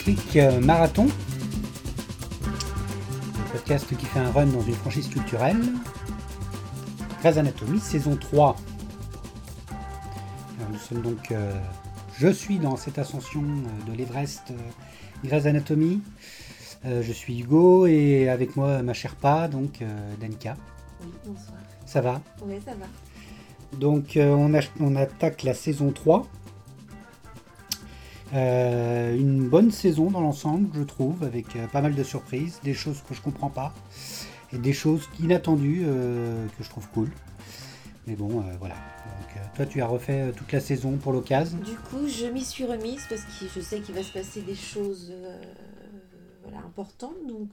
Geek Marathon, le podcast qui fait un run dans une franchise culturelle. Grey's Anatomy, saison 3. Alors nous sommes donc... je suis dans cette ascension de l'Everest Grey's Anatomy. Je suis Hugo et avec moi ma Sherpa, donc Denka. Oui, bonsoir. Ça va ? Oui, ça va. Donc on attaque la saison 3. Une bonne saison dans l'ensemble, je trouve, avec pas mal de surprises, des choses que je comprends pas et des choses inattendues que je trouve cool. Mais bon, voilà. Donc, toi, tu as refait toute la saison pour l'occasion. Du coup, je m'y suis remise parce que je sais qu'il va se passer des choses importantes. Donc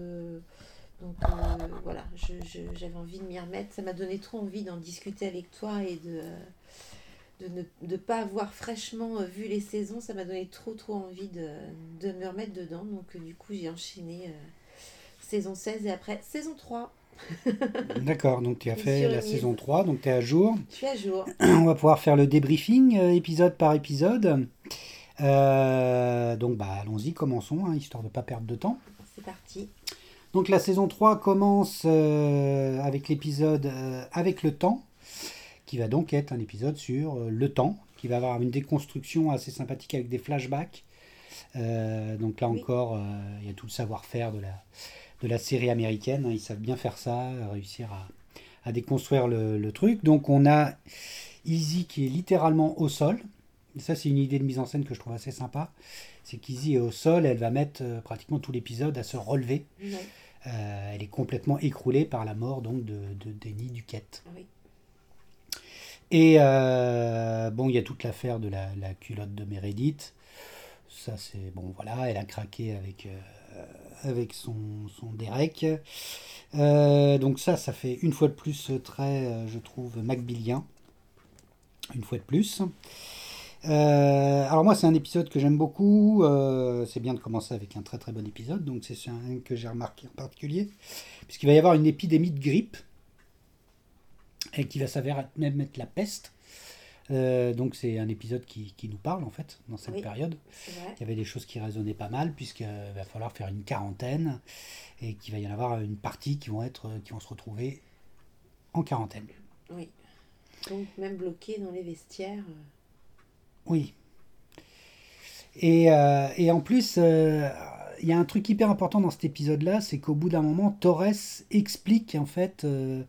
voilà, j'avais envie de m'y remettre. Ça m'a donné trop envie d'en discuter avec toi et de ne pas avoir fraîchement vu les saisons. Ça m'a donné trop envie de me remettre dedans. Donc du coup, j'ai enchaîné saison 16 et après saison 3. D'accord, donc tu as fait la saison 3, donc tu es à jour. Je suis à jour. On va pouvoir faire le débriefing épisode par épisode. Donc allons-y, commençons, histoire de ne pas perdre de temps. C'est parti. Donc la saison 3 commence avec l'épisode Avec le temps, qui va donc être un épisode sur le temps, qui va avoir une déconstruction assez sympathique avec des flashbacks. Donc là encore, il y a tout le savoir-faire de la série américaine. Ils savent bien faire ça, réussir à déconstruire le truc. Donc on a Izzy qui est littéralement au sol. Et ça, c'est une idée de mise en scène que je trouve assez sympa. C'est qu'Izzy est au sol, elle va mettre pratiquement tout l'épisode à se relever. Oui. Elle est complètement écroulée par la mort donc de Denny Duquette. Oui. Et il y a toute l'affaire de la culotte de Meredith. Ça, c'est bon, voilà, elle a craqué avec son Derek. Donc ça fait une fois de plus très, je trouve, macbillien. Une fois de plus. Alors moi, c'est un épisode que j'aime beaucoup. C'est bien de commencer avec un très très bon épisode. Donc c'est un que j'ai remarqué en particulier. Puisqu'il va y avoir une épidémie de grippe. Et qui va s'avérer même être la peste. Donc c'est un épisode qui nous parle en fait dans cette période. Il y avait des choses qui résonnaient pas mal puisqu'il va falloir faire une quarantaine et qu'il va y en avoir une partie qui vont se retrouver en quarantaine. Oui. Donc même bloqués dans les vestiaires. Oui. Et en plus, il y a un truc hyper important dans cet épisode-là, c'est qu'au bout d'un moment, Torres explique en fait.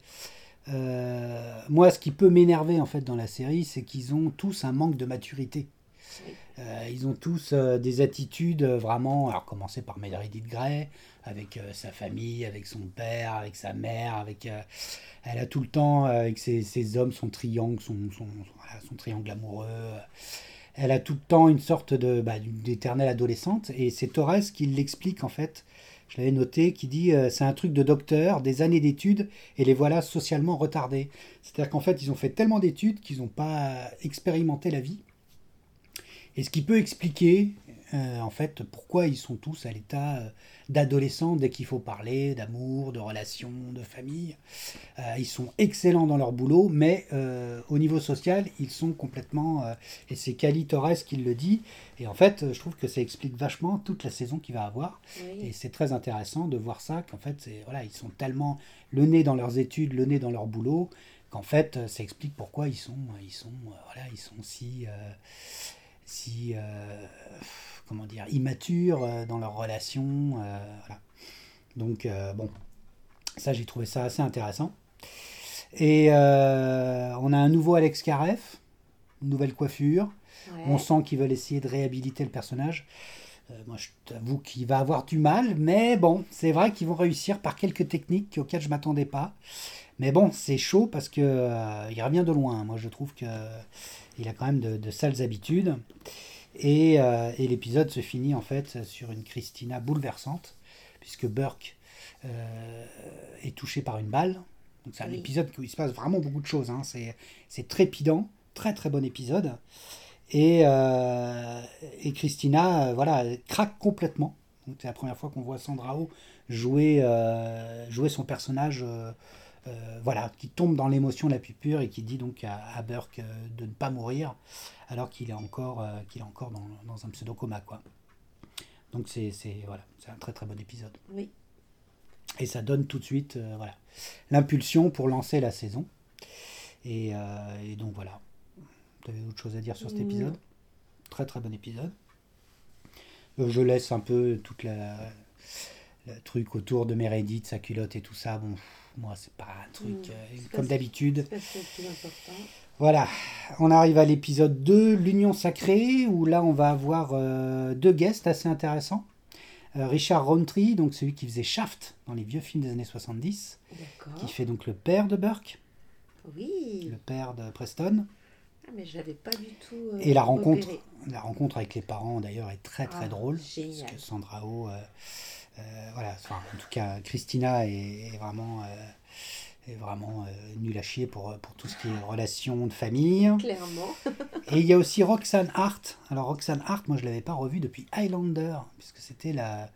Moi, ce qui peut m'énerver en fait dans la série, c'est qu'ils ont tous un manque de maturité. Ils ont tous des attitudes vraiment, alors commencer par Meredith Grey, avec sa famille, avec son père, avec sa mère, elle a tout le temps, avec ses hommes, son triangle, son triangle amoureux. Elle a tout le temps une sorte d'éternelle adolescente, et c'est Torres qui l'explique en fait. Je l'avais noté, qui dit c'est un truc de docteur, des années d'études, et les voilà socialement retardés. C'est-à-dire qu'en fait, ils ont fait tellement d'études qu'ils n'ont pas expérimenté la vie. Et ce qui peut expliquer, en fait, pourquoi ils sont tous à l'état d'adolescents dès qu'il faut parler d'amour, de relations, de famille. Ils sont excellents dans leur boulot, mais au niveau social, ils sont complètement... et c'est Cali Torres qui le dit. Et en fait, je trouve que ça explique vachement toute la saison qu'il va avoir. Oui. Et c'est très intéressant de voir ça, qu'en fait, ils sont tellement le nez dans leurs études, le nez dans leur boulot, qu'en fait, ça explique pourquoi ils sont si immatures dans leurs relations. Voilà. Donc, ça, j'ai trouvé ça assez intéressant. Et on a un nouveau Alex Kareff, une nouvelle coiffure. Ouais. On sent qu'ils veulent essayer de réhabiliter le personnage. Moi, je t'avoue qu'il va avoir du mal, mais bon, c'est vrai qu'ils vont réussir par quelques techniques auxquelles je ne m'attendais pas. Mais bon, c'est chaud parce qu'il revient de loin. Moi, je trouve qu'il a quand même de sales habitudes. Et l'épisode se finit en fait sur une Christina bouleversante, puisque Burke est touché par une balle. Donc c'est un épisode où il se passe vraiment beaucoup de choses. C'est trépidant, très très bon épisode. Et Christina, elle craque complètement. Donc c'est la première fois qu'on voit Sandra Oh jouer son personnage, qui tombe dans l'émotion la plus pure et qui dit donc à Burke de ne pas mourir alors qu'il est encore dans un pseudo-coma, quoi. Donc voilà, c'est un très très bon épisode. Oui. Et ça donne tout de suite voilà, l'impulsion pour lancer la saison. Et donc voilà. Tu avais autre chose à dire sur cet épisode? Non. Très très bon épisode. Je laisse un peu toute le truc autour de Meredith, sa culotte et tout ça. Bon, moi c'est pas un truc comme d'habitude. C'est pas ce qui est le plus important. Voilà, on arrive à l'épisode 2, l'Union Sacrée, où là on va avoir deux guests assez intéressants. Richard Roundtree, donc celui qui faisait Shaft dans les vieux films des années 70, D'accord. qui fait donc le père de Burke, Oui. le père de Preston. Ah, mais je l'avais pas du tout Et la rencontre repéré. avec les parents d'ailleurs est très très drôle, Génial. parce que Sandra Oh, voilà, enfin, en tout cas Christina est vraiment nulle à chier pour tout ce qui est relations de famille. Clairement. Et il y a aussi Roxanne Hart. Alors Roxanne Hart, moi je l'avais pas revue depuis Highlander, puisque c'était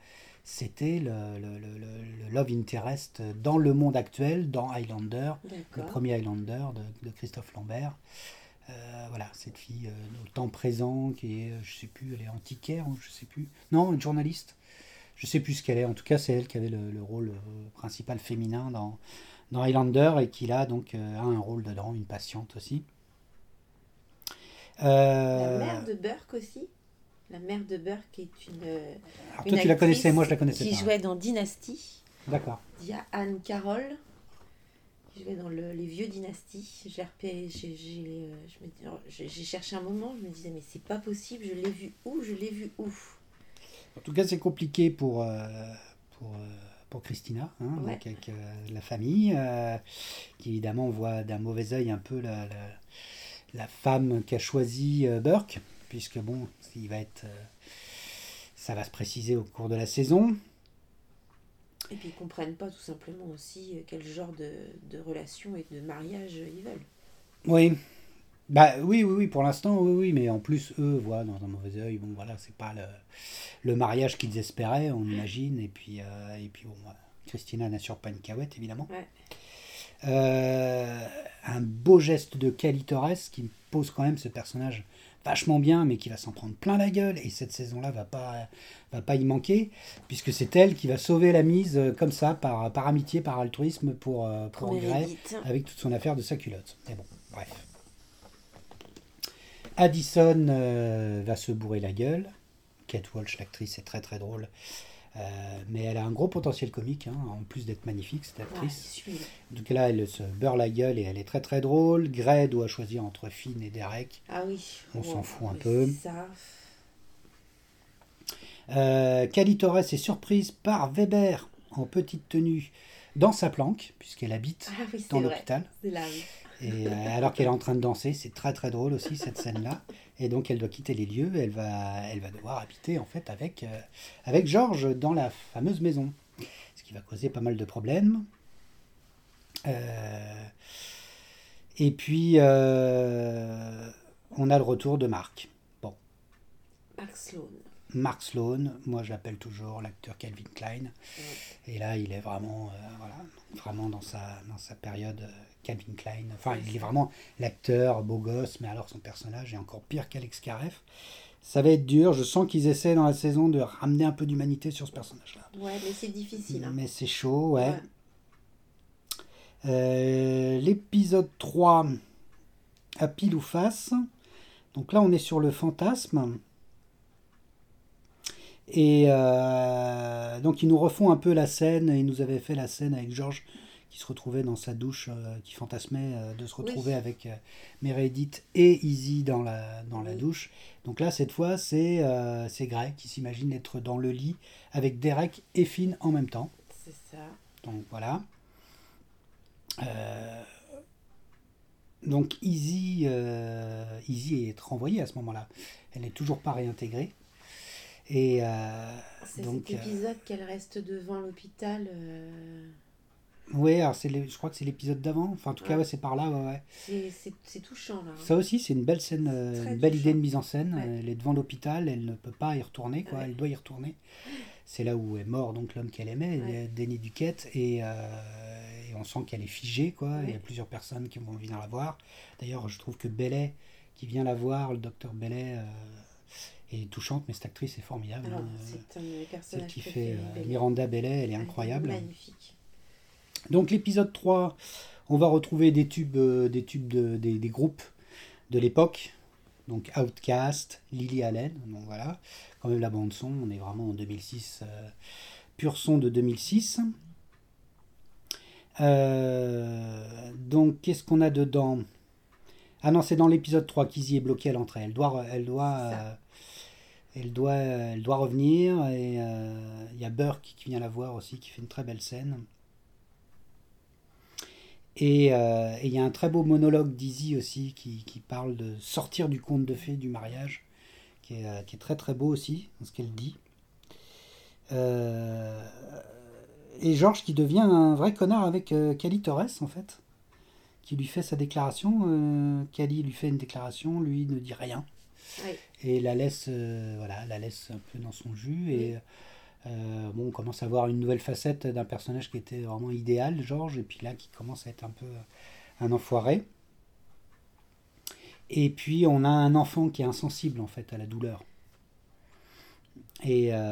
le love interest dans le monde actuel, dans Highlander, le premier Highlander de Christophe Lambert. Voilà, cette fille au temps présent qui est, je sais plus, elle est antiquaire ou je sais plus. Non, une journaliste. Je sais plus ce qu'elle est. En tout cas, c'est elle qui avait le rôle principal féminin dans Highlander et qui là donc a un rôle dedans, une patiente aussi. La mère de Burke aussi. La mère de Burke est une. Alors toi tu la connaissais, moi je la connaissais qui pas. Qui jouait dans Dynasty. D'accord. Il y a Anne Carroll qui jouait dans les vieux Dynasty. J'ai cherché un moment, je me disais mais c'est pas possible, je l'ai vu où. En tout cas c'est compliqué pour Christina, hein, Ouais. donc avec la famille, qui évidemment voit d'un mauvais œil un peu la femme qu'a choisi Burke, puisque bon, ça va se préciser au cours de la saison. Et puis ils comprennent pas tout simplement aussi quel genre de relation et de mariage ils veulent. Oui. Bah oui, pour l'instant, oui, mais en plus, eux voient dans un mauvais œil, bon voilà, c'est pas le mariage qu'ils espéraient, on imagine, et puis bon, Christina n'assure pas une cahouette, évidemment. Ouais. Un beau geste de Cali Torres qui pose quand même ce personnage vachement bien, mais qui va s'en prendre plein la gueule, et cette saison-là va pas y manquer, puisque c'est elle qui va sauver la mise comme ça, par amitié, par altruisme pour Grey, avec toute son affaire de sa culotte. Mais bon, bref. Addison va se bourrer la gueule. Kate Walsh, l'actrice, est très très drôle. Mais elle a un gros potentiel comique, hein, en plus d'être magnifique, cette actrice. Ouais, donc là, elle se beurre la gueule et elle est très très drôle. Grey doit choisir entre Finn et Derek. Ah oui. On s'en fout un peu. Ça. Cali Torres est surprise par Weber en petite tenue dans sa planque, puisqu'elle habite dans l'hôpital. C'est là, oui. Et alors qu'elle est en train de danser, c'est très très drôle aussi cette scène-là. Et donc elle doit quitter les lieux, elle va devoir habiter en fait avec George dans la fameuse maison. Ce qui va causer pas mal de problèmes. Et puis on a le retour de Mark. Bon. Mark Sloan, moi je l'appelle toujours l'acteur Calvin Klein. Et là il est vraiment, vraiment dans sa période Calvin Klein. Enfin il est vraiment l'acteur beau gosse, mais alors son personnage est encore pire qu'Alex Kareff. Ça va être dur, je sens qu'ils essaient dans la saison de ramener un peu d'humanité sur ce personnage-là. Ouais, mais c'est difficile. Hein. Mais c'est chaud, ouais. L'épisode 3, à pile ou face. Donc là on est sur le fantasme. Et donc ils nous refont un peu la scène, ils nous avaient fait la scène avec George qui se retrouvait dans sa douche, qui fantasmait de se retrouver avec Meredith et Izzy dans la douche. Donc là cette fois c'est Grey qui s'imagine être dans le lit avec Derek et Finn en même temps. C'est ça. Donc voilà. Donc Izzy est renvoyée à ce moment-là. Elle n'est toujours pas réintégrée. Et c'est donc, cet épisode qu'elle reste devant l'hôpital. Ouais, alors je crois que c'est l'épisode d'avant. Enfin, en tout cas, ouais, c'est par là. Ouais. C'est touchant là. Hein. Ça aussi, c'est une belle scène, une belle idée de mise en scène. Ouais. Elle est devant l'hôpital, elle ne peut pas y retourner, quoi. Ouais. Elle doit y retourner. C'est là où est mort donc l'homme qu'elle aimait, Denny Duquette, et on sent qu'elle est figée, quoi. Ouais. Il y a plusieurs personnes qui vont venir la voir. D'ailleurs, je trouve que Bellet, qui vient la voir, le docteur Bellet, est touchante, mais cette actrice est formidable. Alors, hein. c'est un de mes Celle personnages qui fait préférés. Bella. Miranda Bellet, elle est Elle incroyable. magnifique. Donc l'épisode 3, on va retrouver des tubes, des groupes de l'époque. Donc Outcast, Lily Allen, donc voilà. Quand même la bande son, on est vraiment en 2006, pur son de 2006. Donc qu'est-ce qu'on a dedans? Ah non, c'est dans l'épisode 3 qu'Izzy est bloquée à l'entrée. Elle doit revenir et il y a Burke qui vient la voir aussi, qui fait une très belle scène. Et il y a un très beau monologue d'Izzy aussi qui parle de sortir du conte de fées du mariage, qui est très très beau aussi, dans ce qu'elle dit. Et George qui devient un vrai connard avec Cally Torres en fait, qui lui fait sa déclaration. Cally lui fait une déclaration, lui ne dit rien. Oui. Et la laisse un peu dans son jus. Et bon, on commence à voir une nouvelle facette d'un personnage qui était vraiment idéal, George, et puis là qui commence à être un peu un enfoiré. Et puis on a un enfant qui est insensible en fait à la douleur. Et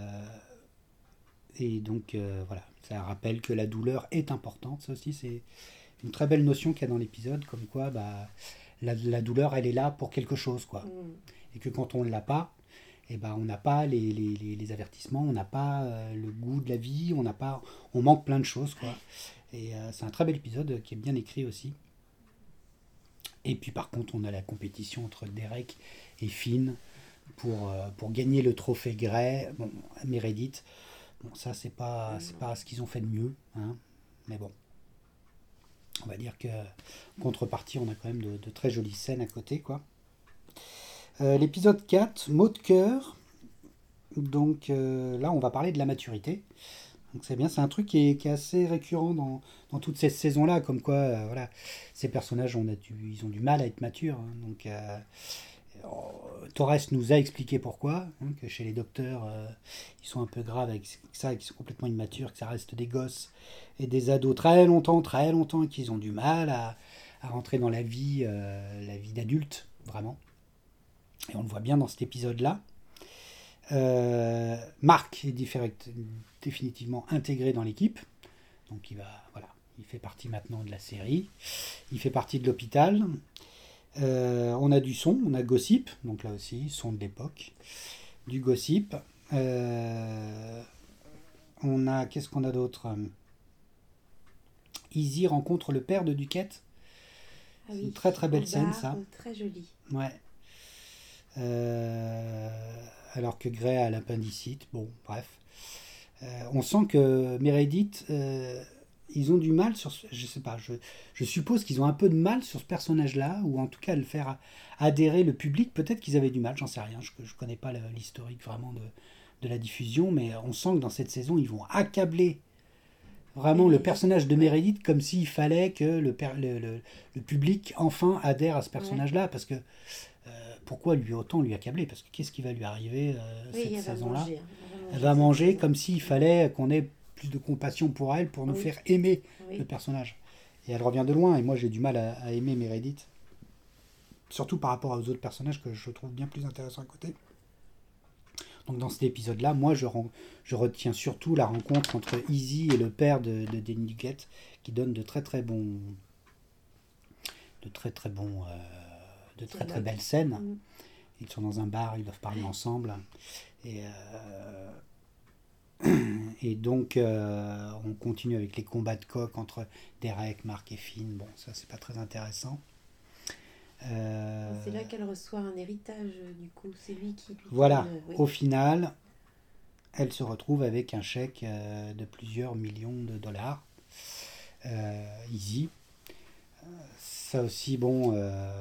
donc voilà, ça rappelle que la douleur est importante. Ça aussi c'est une très belle notion qu'il y a dans l'épisode, comme quoi la douleur elle est là pour quelque chose quoi. Et que quand on ne l'a pas, et on n'a pas les avertissements, on n'a pas le goût de la vie, on manque plein de choses quoi. Et c'est un très bel épisode qui est bien écrit aussi. Et puis par contre on a la compétition entre Derek et Finn pour gagner le trophée Grey. Bon, Meredith, bon ça c'est pas ce qu'ils ont fait de mieux, hein, mais bon. On va dire que contrepartie on a quand même de très jolies scènes à côté quoi. L'épisode 4, mots de cœur. Donc là, on va parler de la maturité. Donc c'est bien, c'est un truc qui est assez récurrent dans toute cette saison-là, comme quoi, voilà, ces personnages, ils ont du mal à être matures. Hein. Donc Torres nous a expliqué pourquoi, hein, que chez les docteurs, ils sont un peu graves avec ça, qu'ils sont complètement immatures, que ça reste des gosses et des ados très longtemps, et qu'ils ont du mal à rentrer dans la vie d'adulte, vraiment. Et on le voit bien dans cet épisode-là. Marc est définitivement intégré dans l'équipe. Donc il fait partie maintenant de la série. Il fait partie de l'hôpital. On a du son, on a Gossip. Donc là aussi, son de l'époque. Du Gossip. Qu'est-ce qu'on a d'autre? Izzy rencontre le père de Duquette. Ah oui, c'est une très très belle scène ça. Très jolie. Ouais. Alors que Grey a l'appendicite. Bon, bref. On sent que Meredith, ils ont du mal sur... Je sais pas, je suppose qu'ils ont un peu de mal sur ce personnage-là, ou en tout cas à le faire adhérer le public. Peut-être qu'ils avaient du mal, j'en sais rien. Je connais pas l'historique vraiment de la diffusion, mais on sent que dans cette saison, ils vont accabler vraiment le personnage de Meredith comme s'il fallait que le public enfin adhère à ce personnage-là, parce que pourquoi autant lui accabler? Parce que qu'est-ce qui va lui arriver cette saison-là? Elle va manger comme s'il fallait qu'on ait plus de compassion pour elle, pour nous faire aimer le personnage. Et elle revient de loin, et moi j'ai du mal à aimer Meredith. Surtout par rapport aux autres personnages que je trouve bien plus intéressants à côté. Donc dans cet épisode-là, moi je retiens surtout la rencontre entre Izzy et le père de Danny Duquette, qui donne de très très belles scènes. Ils sont dans un bar, ils doivent parler ensemble. Et donc on continue avec les combats de coq entre Derek, Mark et Finn. Bon, ça c'est pas très intéressant. C'est là qu'elle reçoit un héritage, du coup, c'est lui qui lui voilà, au final, elle se retrouve avec un chèque de plusieurs millions de dollars. Izzy. Ça aussi, bon,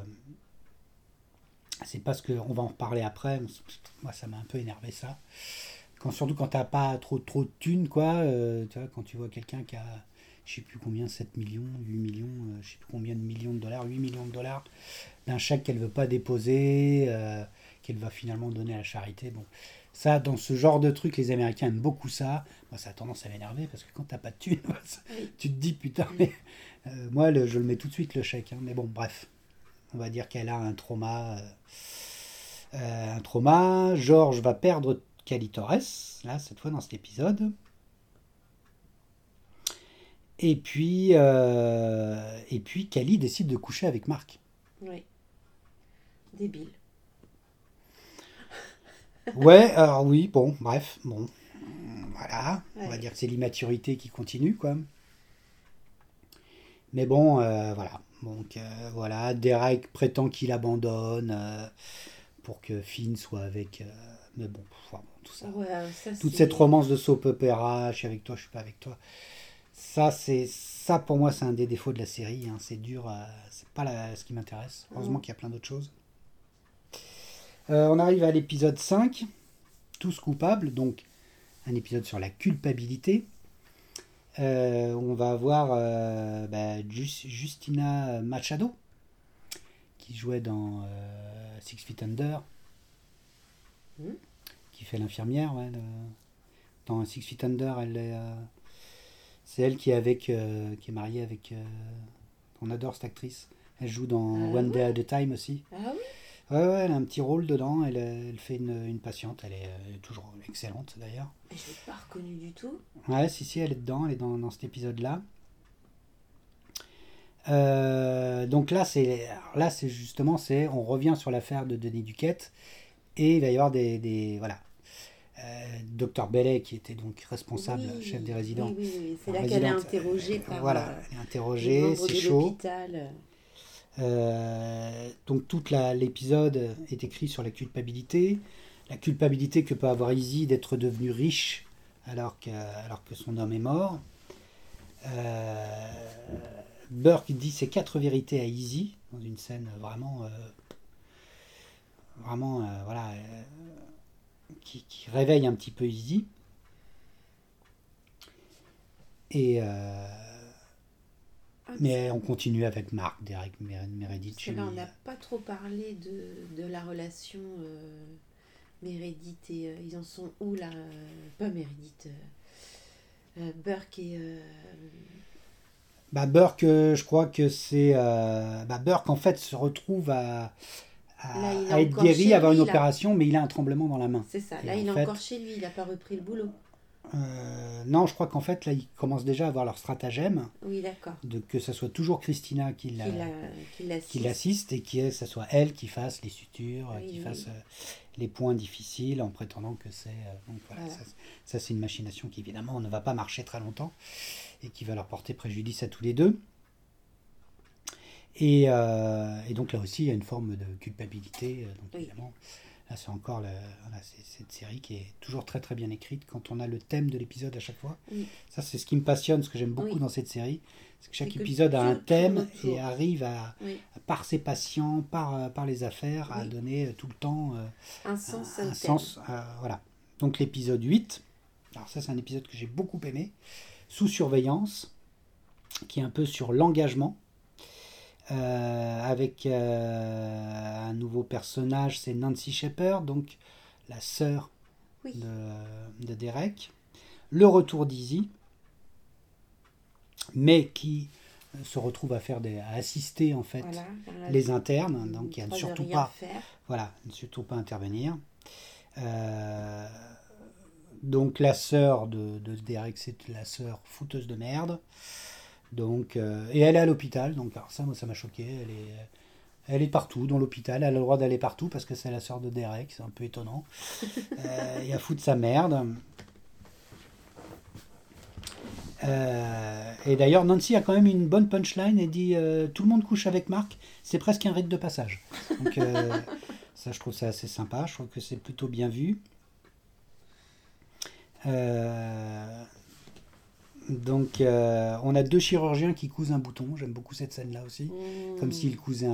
c'est parce qu'on va en reparler après. Moi, ça m'a un peu énervé ça. Surtout quand t'as pas trop de thunes, quoi. Tu vois, quand tu vois quelqu'un qui a, je sais plus combien, 7 millions, 8 millions, je sais plus combien de millions de dollars, 8 millions de dollars, d'un chèque qu'elle veut pas déposer, qu'elle va finalement donner à la charité. Bon, ça, dans ce genre de truc, les Américains aiment beaucoup ça. Moi, ça a tendance à m'énerver parce que quand t'as pas de thunes, tu te dis putain, mais moi, je le mets tout de suite le chèque. Hein, mais bon, bref, on va dire qu'elle a un trauma. Un trauma. George va perdre Cali Torres, là, cette fois dans cet épisode. Et puis Cali décide de coucher avec Mark. Oui. Débile. Ouais, alors oui, bon, bref, bon. Voilà, on va Ouais. dire que c'est l'immaturité qui continue, quoi. Mais bon, voilà. Donc voilà, Derek prétend qu'il abandonne pour que Finn soit avec. Mais bon, enfin, bon, tout ça. Ouais, ça Toute cette c'est. romance de soap opera, je suis avec toi, je suis pas avec toi. Ça pour moi, c'est un des défauts de la série. Hein. C'est dur, c'est pas ce qui m'intéresse. Heureusement qu'il y a plein d'autres choses. On arrive à l'épisode 5, Tous coupables, donc un épisode sur la culpabilité. On va avoir Justina Machado, qui jouait dans Six Feet Under, Mhm. qui fait l'infirmière. Ouais, dans Six Feet Under, c'est elle qui est mariée avec. On adore cette actrice. Elle joue dans One Day at a Time aussi. Ah oui. Ouais, elle a un petit rôle dedans. Elle fait une patiente. Elle est toujours excellente d'ailleurs. Je l'ai pas reconnue du tout. Ouais, si, elle est dedans. Elle est dans cet épisode-là. Donc là, c'est justement, on revient sur l'affaire de Denis Duquette et il va y avoir voilà. Dr Bellet qui était donc responsable, chef des résidents. Oui. C'est là qu'elle est interrogée par voilà, elle est les interrogée, membres c'est de chaud. l'hôpital. Donc tout l'épisode est écrit sur la culpabilité que peut avoir Izzy d'être devenue riche alors que son homme est mort. Burke dit ses 4 vérités à Izzy dans une scène vraiment voilà, qui réveille un petit peu Izzy. Et mais on continue avec Mark, Derek Meredith. Parce que là, on n'a pas trop parlé de la relation Meredith et ils en sont où là pas Meredith, Burke et Burke, je crois que c'est Burke en fait se retrouve à là, être guéri, à avoir une là. opération, mais il a un tremblement dans la main. C'est ça. Et là, il est fait, encore chez lui. Il n'a pas repris le boulot. Non, je crois qu'en fait, là, ils commencent déjà à avoir leur stratagème. Oui, d'accord. Que ce soit toujours Christina qui l'assiste et que ce soit elle qui fasse les sutures, qui fasse les points difficiles en prétendant que c'est. Donc voilà. Ça, c'est une machination qui, évidemment, ne va pas marcher très longtemps et qui va leur porter préjudice à tous les deux. Et donc là aussi, il y a une forme de culpabilité. Donc évidemment, là, c'est encore c'est cette série qui est toujours très très bien écrite quand on a le thème de l'épisode à chaque fois. Oui. Ça, c'est ce qui me passionne, ce que j'aime beaucoup dans cette série. C'est que chaque épisode a un thème et arrive par ses patients, par les affaires, à donner tout le temps un sens. Sens voilà. Donc l'épisode 8, alors ça c'est un épisode que j'ai beaucoup aimé, Sous surveillance, qui est un peu sur l'engagement. Avec un nouveau personnage, c'est Nancy Shepard, donc la sœur de Derek. Le retour d'Izzy, mais qui se retrouve à assister en fait les internes, donc il ne surtout pas intervenir. Donc la sœur de Derek, c'est la sœur fouteuse de merde. Donc, et elle est à l'hôpital, donc alors ça, moi, ça m'a choqué. Elle est partout dans l'hôpital, elle a le droit d'aller partout parce que c'est la sœur de Derek, c'est un peu étonnant. Il a foutu sa merde. Et d'ailleurs, Nancy a quand même une bonne punchline et dit tout le monde couche avec Mark, c'est presque un rite de passage. Donc, ça, je trouve ça assez sympa, je trouve que c'est plutôt bien vu. Donc, on a 2 chirurgiens qui cousent un bouton. J'aime beaucoup cette scène-là aussi. Comme s'ils cousaient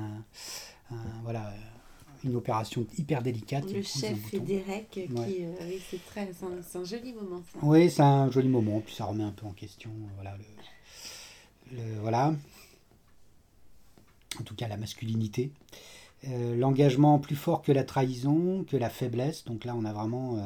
une opération hyper délicate. Le chef et Derek, c'est un joli moment. Ça. Oui, c'est un joli moment. Puis ça remet un peu en question. Voilà. En tout cas, la masculinité. L'engagement plus fort que la trahison, que la faiblesse. Donc là, on a vraiment...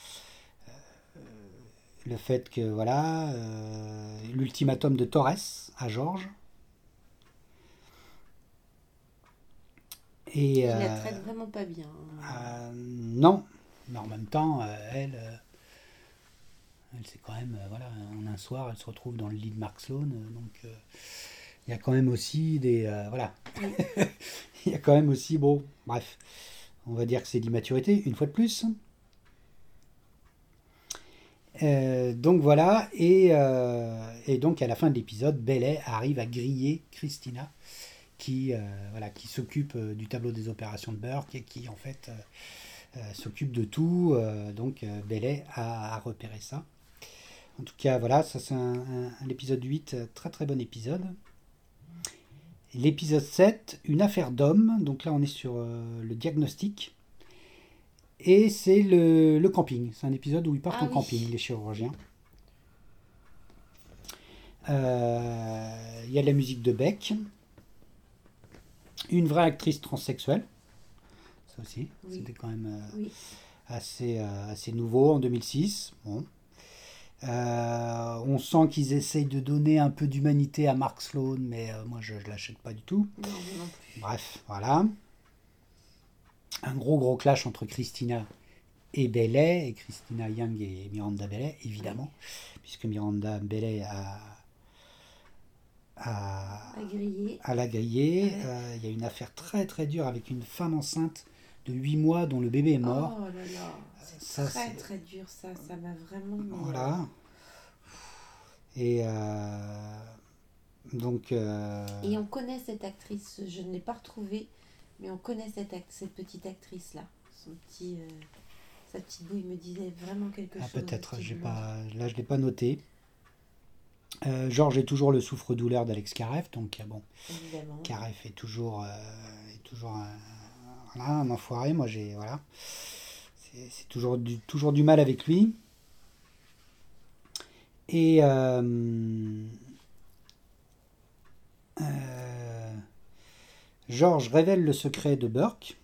le fait que l'ultimatum de Torres à George Et, Il la traite vraiment pas bien. non, mais en même temps, elle c'est quand même, voilà, en un soir, elle se retrouve dans le lit de Mark Sloan, donc il y a quand même aussi des, voilà, Oui. il y a quand même aussi, bon, bref, on va dire que c'est d'immaturité, une fois de plus. Donc voilà, et donc à la fin de l'épisode, Bailey arrive à griller Christina, qui, voilà, qui s'occupe du tableau des opérations de Burke et qui en fait s'occupe de tout. Donc Bailey a repéré ça. En tout cas, voilà, ça c'est l'épisode 8, très très bon épisode. L'épisode 7, une affaire d'homme. Donc là, on est sur le diagnostic. Et c'est le camping. C'est un épisode où ils partent en camping, les chirurgiens. Il y a de la musique de Beck. Une vraie actrice transsexuelle. Ça aussi, c'était quand même assez nouveau en 2006. Bon. On sent qu'ils essayent de donner un peu d'humanité à Mark Sloan, mais moi je ne l'achète pas du tout. Non, non plus. Bref, voilà. Un gros clash entre Christina et Bailey, et Christina Young et Miranda Bailey, évidemment, puisque Miranda Bailey a la griller. Il y a une affaire très très dure avec une femme enceinte de 8 mois dont le bébé est mort. Oh là là, c'est très dur ça m'a vraiment... Voilà. Et donc... Et on connaît cette actrice, je ne l'ai pas retrouvée, mais on connaît cette petite actrice-là. Sa petite bouille me disait vraiment quelque chose. Peut-être, là je ne l'ai pas noté. Georges est toujours le souffre-douleur d'Alex Karev, donc bon, évidemment. Karev est toujours un enfoiré. Moi voilà, c'est toujours du mal avec lui. Et Georges révèle le secret de Burke.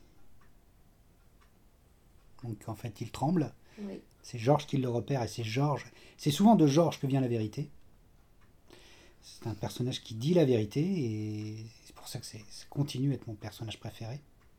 Donc en fait il tremble. Oui. C'est Georges qui le repère et c'est souvent de Georges que vient la vérité. C'est un personnage qui dit la vérité et c'est pour ça que ça continue à être mon personnage préféré.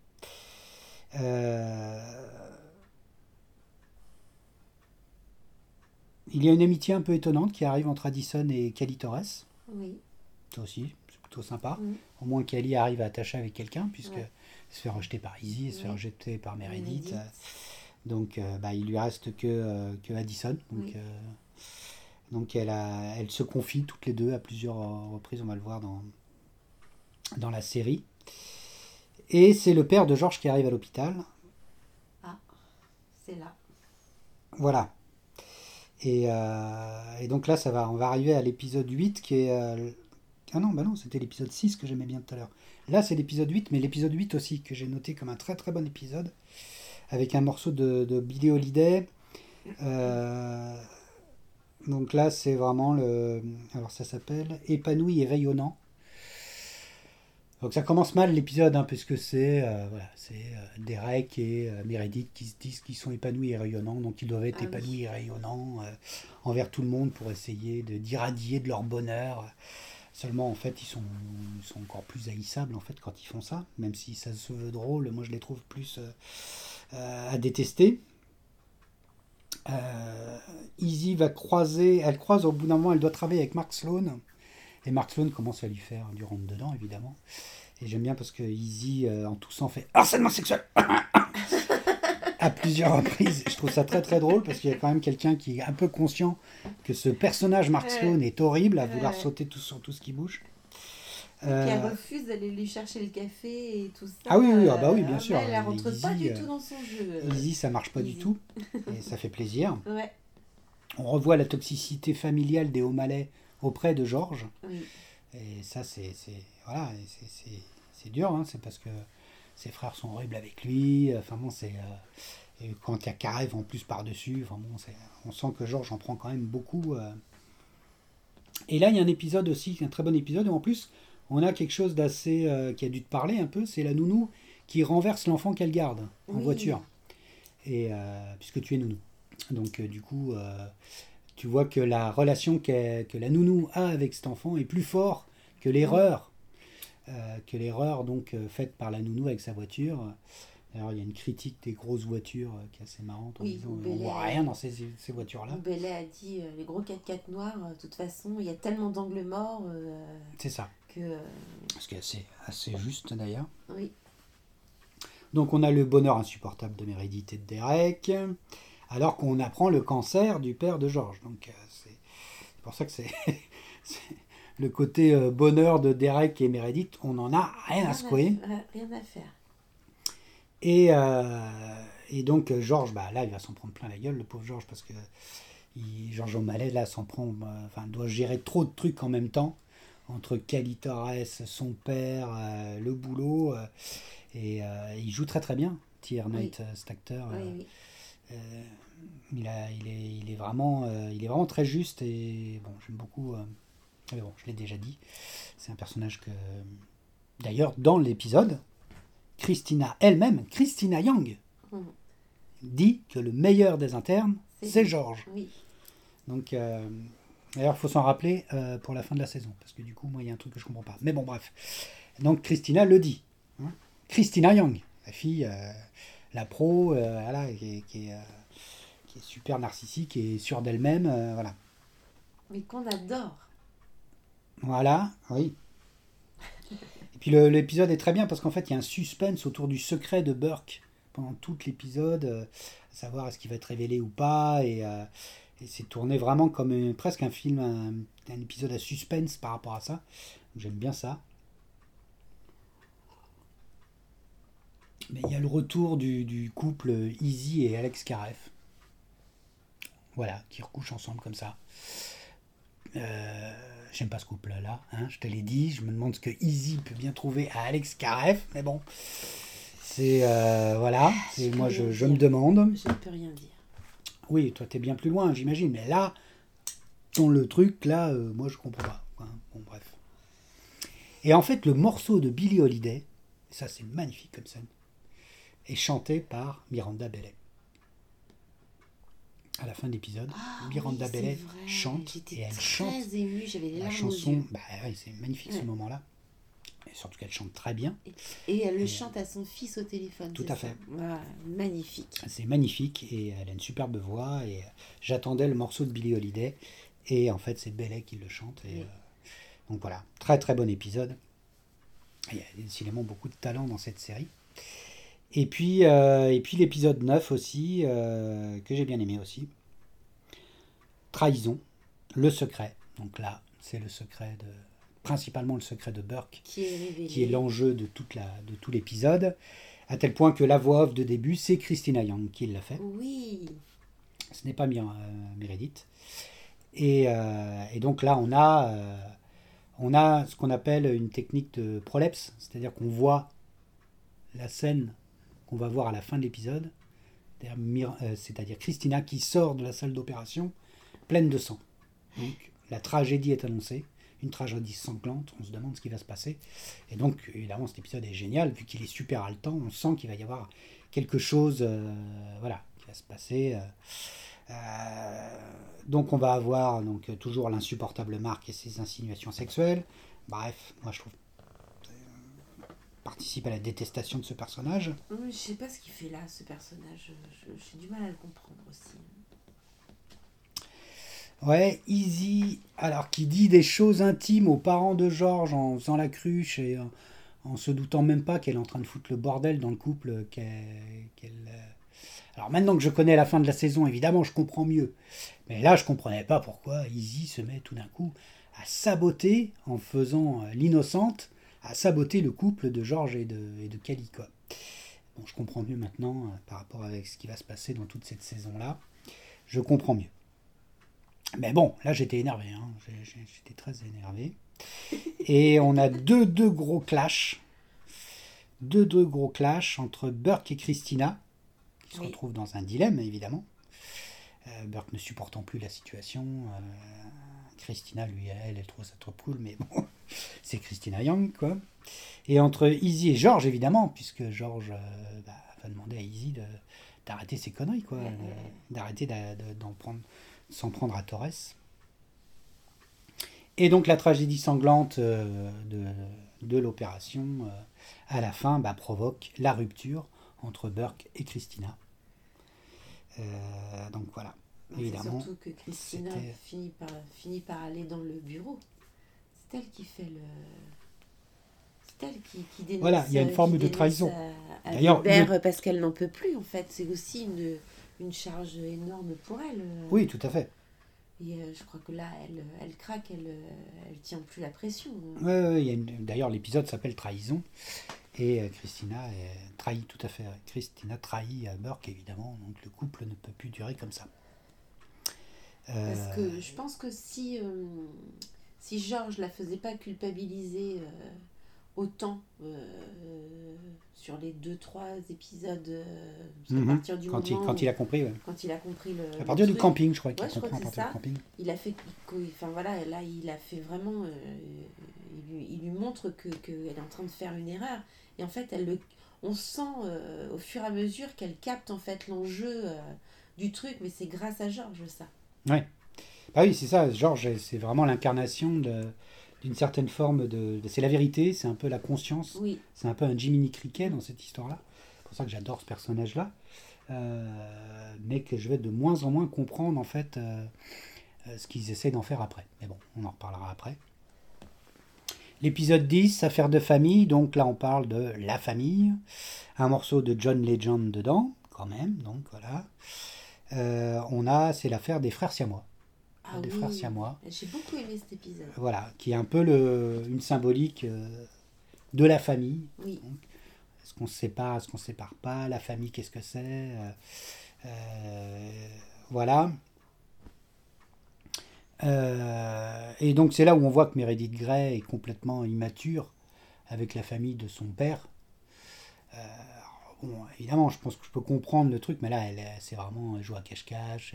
Il y a une amitié un peu étonnante qui arrive entre Addison et Cally Torres. Oui. Ça aussi, c'est plutôt sympa. Oui. Au moins Cally arrive à attacher avec quelqu'un puisque elle se fait rejeter par Izzy, elle se fait rejeter par Meredith. Donc il lui reste que Addison. Donc elle se confie toutes les deux à plusieurs reprises, on va le voir dans la série. Et c'est le père de Georges qui arrive à l'hôpital. Ah, c'est là. Voilà. Et donc là, on va arriver à l'épisode 8 qui est... Ah non, c'était l'épisode 6 que j'aimais bien tout à l'heure. Là, c'est l'épisode 8, mais l'épisode 8 aussi, que j'ai noté comme un très très bon épisode, avec un morceau de Billie Holiday. Donc là, c'est vraiment alors ça s'appelle Épanoui et rayonnant. Donc ça commence mal l'épisode, puisque c'est Derek et Meredith qui se disent qu'ils sont épanouis et rayonnants, donc ils doivent être épanouis et rayonnants envers tout le monde pour essayer d'irradier de leur bonheur. Seulement, en fait, ils sont encore plus haïssables en fait quand ils font ça, même si ça se veut drôle. Moi, je les trouve plus à détester. Izzy elle croise au bout d'un moment, elle doit travailler avec Mark Sloan, et Mark Sloan commence à lui faire du rentre dedans évidemment, et j'aime bien parce que Izzy en toussant fait harcèlement sexuel à plusieurs reprises. Je trouve ça très très drôle parce qu'il y a quand même quelqu'un qui est un peu conscient que ce personnage Mark Sloan est horrible à vouloir sauter sur tout ce qui bouge. Et puis elle refuse d'aller lui chercher le café et tout ça. Ah oui, bien sûr. Elle ne rentre pas du tout dans son jeu. Izzy, ça marche pas du tout. Et ça fait plaisir. Ouais. On revoit la toxicité familiale des O'Malley auprès de Georges. Oui. Et ça, c'est dur. C'est parce que ses frères sont horribles avec lui. Enfin bon, et quand il y a Karev en plus par-dessus, enfin bon, on sent que Georges en prend quand même beaucoup. Et là, il y a un épisode aussi, un très bon épisode, où en plus, on a quelque chose d'assez qui a dû te parler un peu, c'est la nounou qui renverse l'enfant qu'elle garde en voiture. Et puisque tu es nounou. Donc du coup, tu vois que la relation que la nounou a avec cet enfant est plus forte que l'erreur que l'erreur donc faite par la nounou avec sa voiture. D'ailleurs, il y a une critique des grosses voitures qui est assez marrante en disant on voit rien dans ces voitures-là. Bellet a dit les gros 4x4 noirs, de toute façon, il y a tellement d'angles morts. C'est ça. Ce qui est assez juste d'ailleurs. Oui. Donc on a le bonheur insupportable de Meredith et de Derek, alors qu'on apprend le cancer du père de George. Donc c'est pour ça que c'est le côté bonheur de Derek et Meredith, on n'en a rien à secouer. Rien à faire. Et donc George, là il va s'en prendre plein la gueule, le pauvre George, parce que George O'Malley là s'en prend, doit gérer trop de trucs en même temps, entre Cali Torres, son père, le boulot, et il joue très très bien, Tierney, cet acteur. Oui. Il est vraiment très juste, et bon, j'aime beaucoup. Mais bon, je l'ai déjà dit, c'est un personnage que, d'ailleurs, dans l'épisode, Christina elle-même, Christina Yang, dit que le meilleur des internes, c'est George. Oui. Donc, d'ailleurs, il faut s'en rappeler pour la fin de la saison, parce que du coup, moi, il y a un truc que je comprends pas. Mais bon, bref. Donc, Christina le dit. Hein. Christina Yang, la fille, la pro, voilà, qui est super narcissique et sûre d'elle-même, voilà. Mais qu'on adore. Voilà, oui. Et puis l'épisode est très bien parce qu'en fait, il y a un suspense autour du secret de Burke pendant tout l'épisode, à savoir est-ce qu'il va être révélé ou pas, et c'est tourné vraiment comme presque un film, un épisode à suspense par rapport à ça. Donc, j'aime bien ça. Mais il y a le retour du couple Izzy et Alex Kareff. Voilà, qui recouchent ensemble comme ça. J'aime pas ce couple-là, hein, je te l'ai dit. Je me demande ce que Izzy peut bien trouver à Alex Kareff, mais bon, c'est voilà. Moi, je me demande. Je ne peux rien dire. Oui, toi, t'es bien plus loin, j'imagine. Mais là, dans le truc, là, moi, je comprends pas. Hein. Bon, bref. Et en fait, le morceau de Billie Holiday, ça, c'est magnifique comme scène, est chanté par Miranda Bellet. À la fin de l'épisode, Miranda Bellet chante, et elle chante émue, j'avais les la larmes chanson. aux yeux. Oui, c'est magnifique ce moment-là. Et surtout qu'elle chante très bien. Et elle le chante à son fils au téléphone. Tout à fait. Magnifique. C'est magnifique et elle a une superbe voix. Et j'attendais le morceau de Billie Holiday et en fait c'est Bellet qui le chante. Et, donc voilà, très très bon épisode. Il y a décidément beaucoup de talent dans cette série. Et puis l'épisode 9 aussi, que j'ai bien aimé aussi. Trahison, le secret. Donc là, c'est le secret principalement le secret de Burke, qui est révélé, qui est l'enjeu de tout l'épisode, à tel point que la voix off de début, c'est Christina Yang qui l'a fait. Oui. Ce n'est pas Meredith. Et donc là, on a ce qu'on appelle une technique de prolepse, c'est-à-dire qu'on voit la scène qu'on va voir à la fin de l'épisode, c'est-à-dire Christina qui sort de la salle d'opération pleine de sang. Donc la tragédie est annoncée, une tragédie sanglante, on se demande ce qui va se passer. Et donc évidemment cet épisode est génial, vu qu'il est super haletant, on sent qu'il va y avoir quelque chose qui va se passer. Donc on va avoir donc, toujours l'insupportable Mark et ses insinuations sexuelles. Bref, moi je trouve participe à la détestation de ce personnage. Je sais pas ce qu'il fait là, ce personnage. J'ai du mal à le comprendre aussi. Ouais, Izzy, alors qui dit des choses intimes aux parents de George en faisant la cruche et en se doutant même pas qu'elle est en train de foutre le bordel dans le couple Alors maintenant que je connais la fin de la saison, évidemment, je comprends mieux. Mais là, je comprenais pas pourquoi Izzy se met tout d'un coup à saboter, en faisant l'innocente, à saboter le couple de George et de Cali, quoi. Bon, je comprends mieux maintenant par rapport avec ce qui va se passer dans toute cette saison-là. Je comprends mieux. Mais bon, là j'étais énervé, hein. J'étais très énervé. Et on a deux gros clashs. Deux gros clashs entre Burke et Christina, qui se retrouvent dans un dilemme, évidemment. Burke ne supportant plus la situation. Christina, lui, elle trouve ça trop cool, mais bon, c'est Christina Yang, quoi. Et entre Izzy et George, évidemment, puisque George va demander à Izzy d'arrêter ses conneries, quoi. D'arrêter s'en prendre à Torres. Et donc la tragédie sanglante de de l'opération, à la fin, provoque la rupture entre Burke et Christina. Donc voilà. Évidemment, c'est surtout que Christina finit par aller dans le bureau. C'est elle qui fait le... C'est elle qui dénonce... Voilà, il y a une forme de trahison. À Wilbert, parce qu'elle n'en peut plus, en fait. C'est aussi une charge énorme pour elle. Oui, tout à fait. Et je crois que là, elle craque, elle tient plus la pression. D'ailleurs, l'épisode s'appelle Trahison. Et Christina trahit, tout à fait. Christina trahit Burke, évidemment. Donc le couple ne peut plus durer comme ça. Parce que je pense que si Georges la faisait pas culpabiliser autant sur les 2-3 épisodes, à partir du moment quand il a compris, quand il a compris à partir du camping, je crois qu'il comprend à partir du camping. Il a fait, enfin voilà, là il a fait vraiment, il lui montre qu'elle est en train de faire une erreur, et en fait on sent au fur et à mesure qu'elle capte en fait l'enjeu du truc, mais c'est grâce à Georges ça. Ouais. Bah oui, c'est ça. Georges, c'est vraiment l'incarnation d'une certaine forme c'est la vérité, c'est un peu la conscience. Oui. C'est un peu un Jiminy Cricket dans cette histoire-là. C'est pour ça que j'adore ce personnage-là. Mais que je vais de moins en moins comprendre, en fait, ce qu'ils essaient d'en faire après. Mais bon, on en reparlera après. L'épisode 10, Affaire de famille. Donc là, on parle de la famille. Un morceau de John Legend dedans, quand même. Donc voilà. C'est l'affaire des frères siamois. Frères siamois. J'ai beaucoup aimé cet épisode. Voilà, qui est un peu une symbolique de la famille. Oui. Donc, est-ce qu'on se sépare, est-ce qu'on se sépare pas? La famille, qu'est-ce que c'est? Voilà. Et donc c'est là où on voit que Meredith Grey est complètement immature avec la famille de son père. Bon, évidemment, je pense que je peux comprendre le truc, mais là, c'est vraiment, elle joue à cache-cache,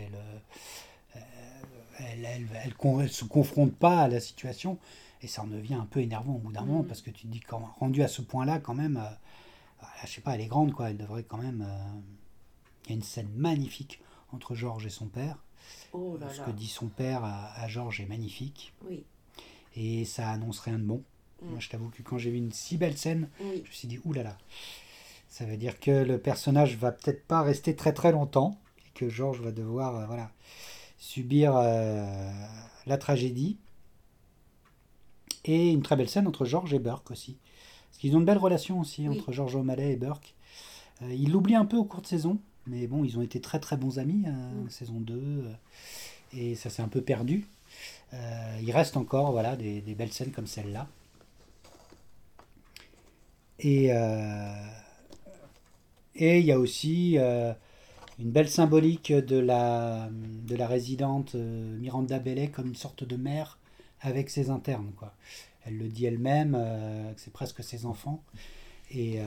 elle se confronte pas à la situation, et ça en devient un peu énervant au bout d'un moment, parce que tu te dis, rendu à ce point-là, quand même, je sais pas, elle est grande, quoi, elle devrait quand même... Il y a une scène magnifique entre Georges et son père. Oh là là. Ce que dit son père à Georges est magnifique. Oui. Et ça annonce rien de bon. Moi, je t'avoue que quand j'ai vu une si belle scène, je me suis dit, oulala. Ça veut dire que le personnage va peut-être pas rester très très longtemps, et que Georges va devoir subir la tragédie. Et une très belle scène entre Georges et Burke aussi. Parce qu'ils ont une belle relation aussi entre Georges O'Malley et Burke. Ils l'oublient un peu au cours de saison, mais bon, ils ont été très très bons amis, saison 2, et ça s'est un peu perdu. Il reste encore des belles scènes comme celle-là. Et il y a aussi une belle symbolique de la résidente Miranda Bellet comme une sorte de mère avec ses internes, quoi. Elle le dit elle-même, que c'est presque ses enfants. Et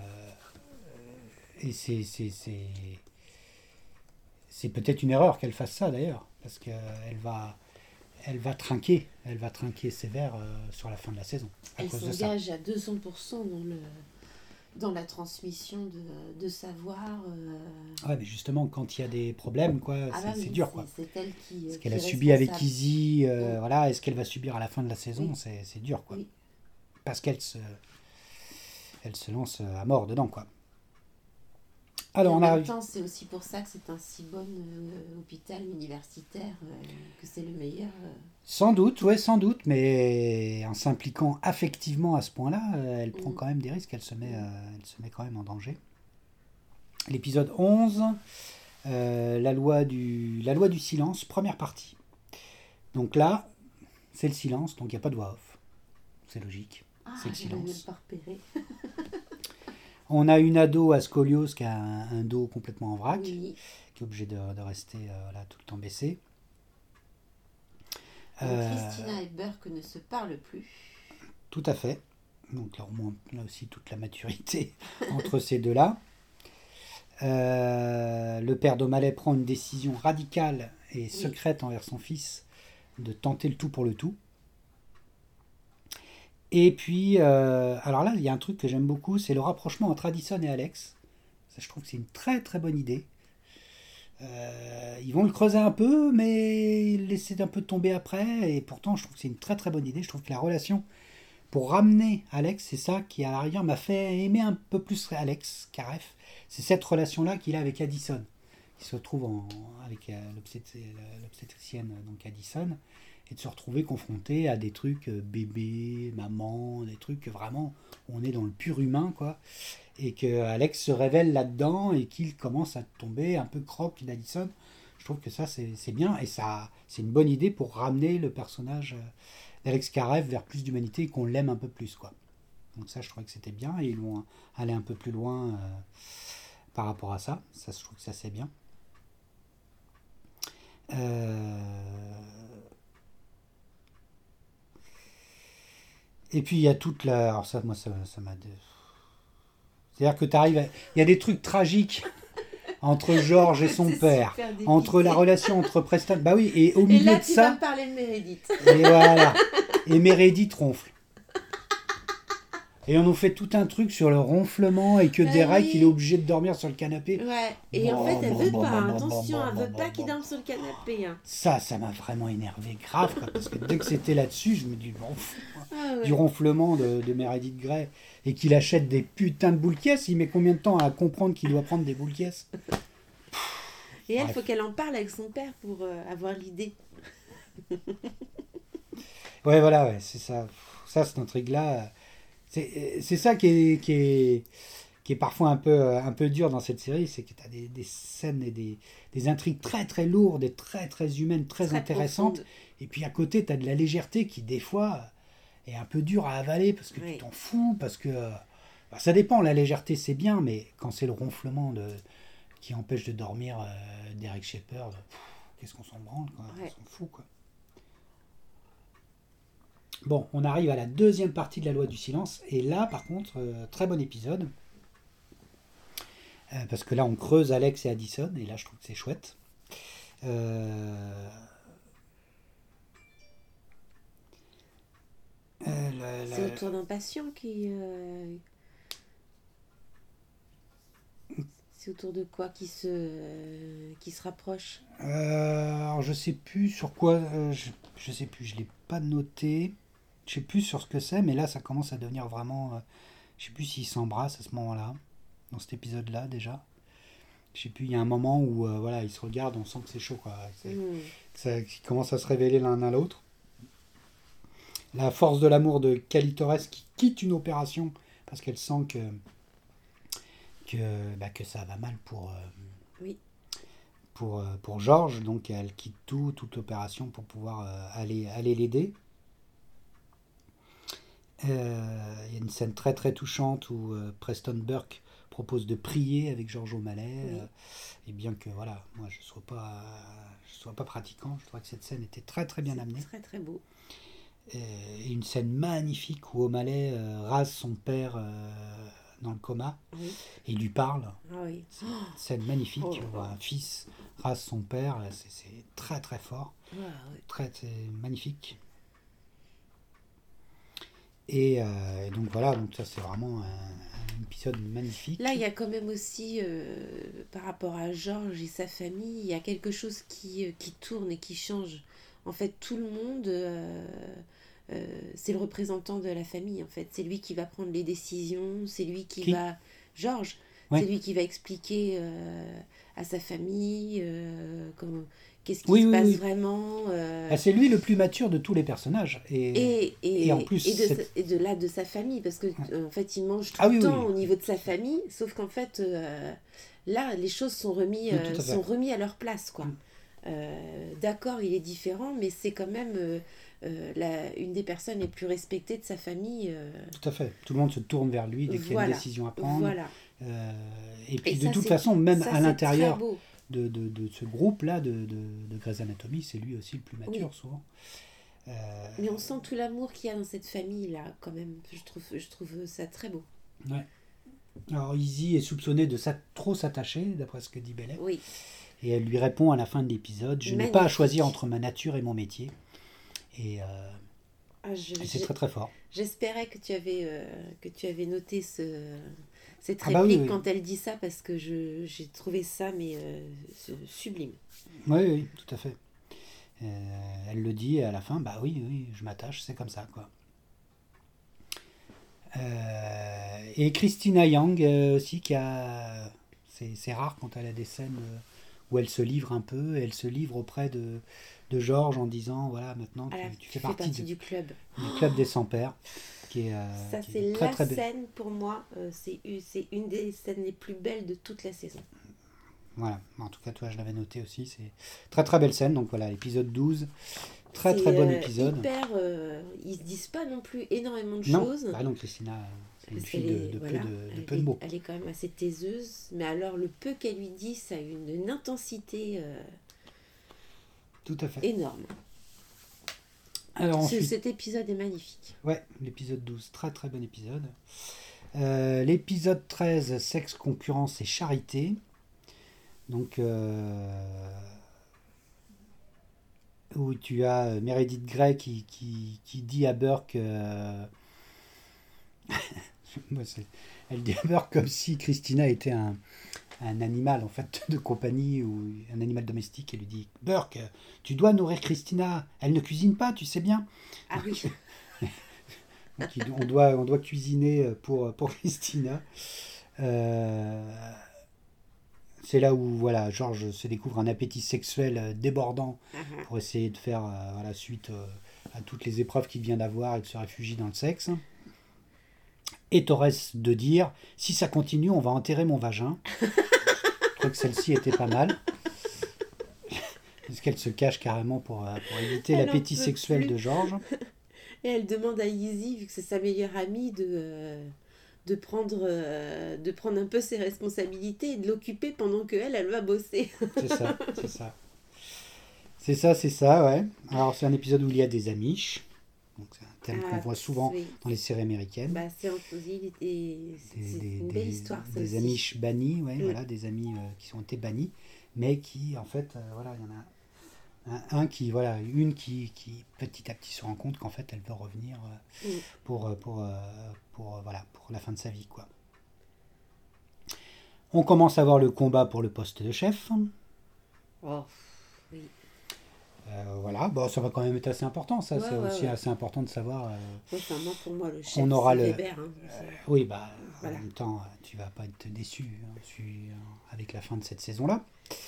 c'est peut-être une erreur qu'elle fasse ça d'ailleurs, parce qu'elle va trinquer sévère sur la fin de la saison. Elle s'engage à 200% dans la transmission de savoir. Ouais, mais justement, quand il y a des problèmes, quoi, c'est dur, quoi. C'est elle qui. Ce qu'elle a subi avec Izzy, voilà, est-ce qu'elle va subir à la fin de la saison, c'est dur, quoi. Oui. Parce qu'elle se lance à mort dedans, quoi. Alors, en même temps, c'est aussi pour ça que c'est un si bon hôpital universitaire, que c'est le meilleur. Sans doute, mais en s'impliquant affectivement à ce point-là, elle prend quand même des risques, elle se met quand même en danger. L'épisode 11, la loi du silence, première partie. Donc là, c'est le silence, donc il n'y a pas de voix off. C'est logique, c'est le silence. Pas repéré. On a une ado à scoliose qui a un dos complètement en vrac, qui est obligé de rester tout le temps baissé. Christina et Burke ne se parlent plus. Tout à fait. Donc là, on a aussi toute la maturité entre ces deux-là. Le père d'O'Malley prend une décision radicale et secrète envers son fils de tenter le tout pour le tout. Et puis, alors là, il y a un truc que j'aime beaucoup, c'est le rapprochement entre Addison et Alex. Ça, je trouve que c'est une très très bonne idée. Ils vont le creuser un peu, mais laisser un peu tomber après. Et pourtant, je trouve que c'est une très très bonne idée. Je trouve que la relation pour ramener Alex, c'est ça qui à l'arrière m'a fait aimer un peu plus Alex Karev. C'est cette relation-là qu'il a avec Addison. Il se retrouve avec l'obstétricienne, donc Addison, et de se retrouver confronté à des trucs bébé, maman, des trucs que vraiment on est dans le pur humain, quoi. Et que Alex se révèle là-dedans et qu'il commence à tomber un peu croque d'Addison. Je trouve que ça c'est bien et ça c'est une bonne idée pour ramener le personnage d'Alex Karev vers plus d'humanité et qu'on l'aime un peu plus, quoi. Donc ça je trouvais que c'était bien et ils vont aller un peu plus loin par rapport à ça. Ça je trouve que ça c'est bien. Et puis il y a toute la... Alors ça, moi, ça m'a... C'est-à-dire que tu arrives à... Il y a des trucs tragiques entre George et son père, entre la relation entre Preston... Bah oui, et au milieu là, de ça... Et là, tu vas me parler de Meredith. Et voilà. Et Meredith ronfle. Et on nous fait tout un truc sur le ronflement et que Derek, il est obligé de dormir sur le canapé. Ouais, et en fait, elle veut pas. Attention, elle veut pas qu'il dorme sur le canapé. Hein. Ça m'a vraiment énervé grave, quoi, parce que dès que c'était là-dessus, je me dis, bon, du ronflement de Meredith Grey, et qu'il achète des putains de boules caisses, il met combien de temps à comprendre qu'il doit prendre des boules caisses? Et elle, il faut qu'elle en parle avec son père pour avoir l'idée. Ouais, voilà, ouais, c'est ça. Ça, c'est un truc-là... C'est ça qui est parfois un peu dur dans cette série, c'est que tu as des scènes et des intrigues très très lourdes et très très humaines, très intéressantes. Profonde. Et puis à côté, tu as de la légèreté qui des fois est un peu dure à avaler parce que tu t'en fous, parce que ça dépend, la légèreté c'est bien, mais quand c'est le ronflement qui empêche de dormir Derek Shepherd, qu'est-ce qu'on s'en branle, quoi. On s'en fout, quoi. Bon, on arrive à la deuxième partie de la loi du silence, et là, par contre, très bon épisode, parce que là, on creuse Alex et Addison, et là, je trouve que c'est chouette. C'est autour d'un patient qui... C'est autour de quoi qui se rapproche alors, je sais plus sur quoi, je sais plus, je l'ai pas noté. Je sais plus sur ce que c'est, mais là ça commence à devenir vraiment... je sais plus s'ils s'embrassent à ce moment-là, dans cet épisode-là déjà. Je sais plus, il y a un moment où voilà, ils se regardent, on sent que c'est chaud, quoi. Qu'ils commencent à se révéler l'un à l'autre. La force de l'amour de Cali Torres qui quitte une opération parce qu'elle sent que ça va mal pour George, donc elle quitte toute l'opération pour pouvoir aller l'aider. Il y a une scène très très touchante où Preston Burke propose de prier avec George O'Malley, et bien que voilà, moi je sois pas pratiquant, je trouvais que cette scène était très très bien amenée. Très très beau. Et une scène magnifique où O'Malley rase son père dans le coma et lui parle. C'est une scène magnifique, où un fils rase son père, c'est très très fort, très magnifique. Et donc voilà, donc ça c'est vraiment un épisode magnifique. Là il y a quand même aussi par rapport à George et sa famille, il y a quelque chose qui tourne et qui change. En fait tout le monde c'est le représentant de la famille en fait, c'est lui qui va prendre les décisions, c'est lui qui va... George, c'est lui qui va expliquer à sa famille qu'est-ce qui se passe vraiment. C'est lui le plus mature de tous les personnages. Et en plus... de sa famille, parce que en fait, il mange tout le temps au niveau de sa famille, sauf qu'en fait, là, les choses sont remis à leur place, quoi. D'accord, il est différent, mais c'est quand même une des personnes les plus respectées de sa famille. Tout à fait. Tout le monde se tourne vers lui dès qu'il y a une décision à prendre. Voilà. Et puis de toute façon, même à l'intérieur de ce groupe-là de Grey's Anatomy, c'est lui aussi le plus mature, souvent. Mais on sent tout l'amour qu'il y a dans cette famille-là, quand même. Je trouve ça très beau. Ouais. Alors, Izzy est soupçonnée de trop s'attacher, d'après ce que dit Bellet. Oui. Et elle lui répond à la fin de l'épisode, je n'ai pas à choisir entre ma nature et mon métier. Et c'est très très fort. J'espérais que tu avais noté cette réplique quand elle dit ça, parce que j'ai trouvé ça sublime. Oui, tout à fait. Elle le dit à la fin, bah oui, je m'attache, c'est comme ça, quoi. Et Christina Yang aussi, qui a... C'est rare quand elle a des scènes où elle se livre un peu, et elle se livre auprès de George en disant, voilà, maintenant tu fais partie du club. Du club des 100 pères. Ça, qui c'est est très, la très belle. scène pour moi, c'est une des scènes les plus belles de toute la saison. Voilà, en tout cas, toi, je l'avais noté aussi. C'est très, très belle scène. Donc voilà, l'épisode 12. Très, très bon épisode. Hyper, ils se disent pas non plus énormément de choses. choses. Bah non, Christina, c'est une fille de peu de mots. Elle est quand même assez taiseuse, mais alors le peu qu'elle lui dit, ça a une intensité tout à fait. énorme. Alors, ensuite, cet épisode est magnifique. Ouais, l'épisode 12, très très bon épisode. L'épisode 13, sexe, concurrence et charité. Donc, où tu as Meredith Grey qui dit à Burke... elle dit à Burke comme si Christina était un animal en fait de compagnie ou un animal domestique. Elle lui dit, Burke, tu dois nourrir Christina, elle ne cuisine pas, tu sais bien. Ah oui. Donc, on doit cuisiner pour Christina. C'est là où voilà, George se découvre un appétit sexuel débordant pour essayer de faire suite à toutes les épreuves qu'il vient d'avoir et de se réfugier dans le sexe. Et Torres de dire, si ça continue, on va enterrer mon vagin. Je crois que celle-ci était pas mal. Est-ce qu'elle se cache carrément pour éviter l'appétit sexuel de George. Et elle demande à Izzy, vu que c'est sa meilleure amie, de prendre un peu ses responsabilités et de l'occuper pendant qu'elle va bosser. C'est ça, ouais. Alors c'est un épisode où il y a des Amish. Donc c'est un thème qu'on voit souvent dans les séries américaines. Bah, c'est une belle histoire, ça des aussi. Amish bannis, voilà, des amis qui ont été bannis, mais qui, en fait, voilà, il y en a une qui petit à petit se rend compte qu'en fait elle veut revenir pour la fin de sa vie, quoi. On commence à voir le combat pour le poste de chef. Oh, oui. Voilà, bon, ça va quand même être assez important, ça, c'est aussi assez important de savoir. Enfin, moi, pour moi, le chef, on aura c'est Weber. Oui, bah, voilà. En même temps, tu vas pas être déçu avec la fin de cette saison-là.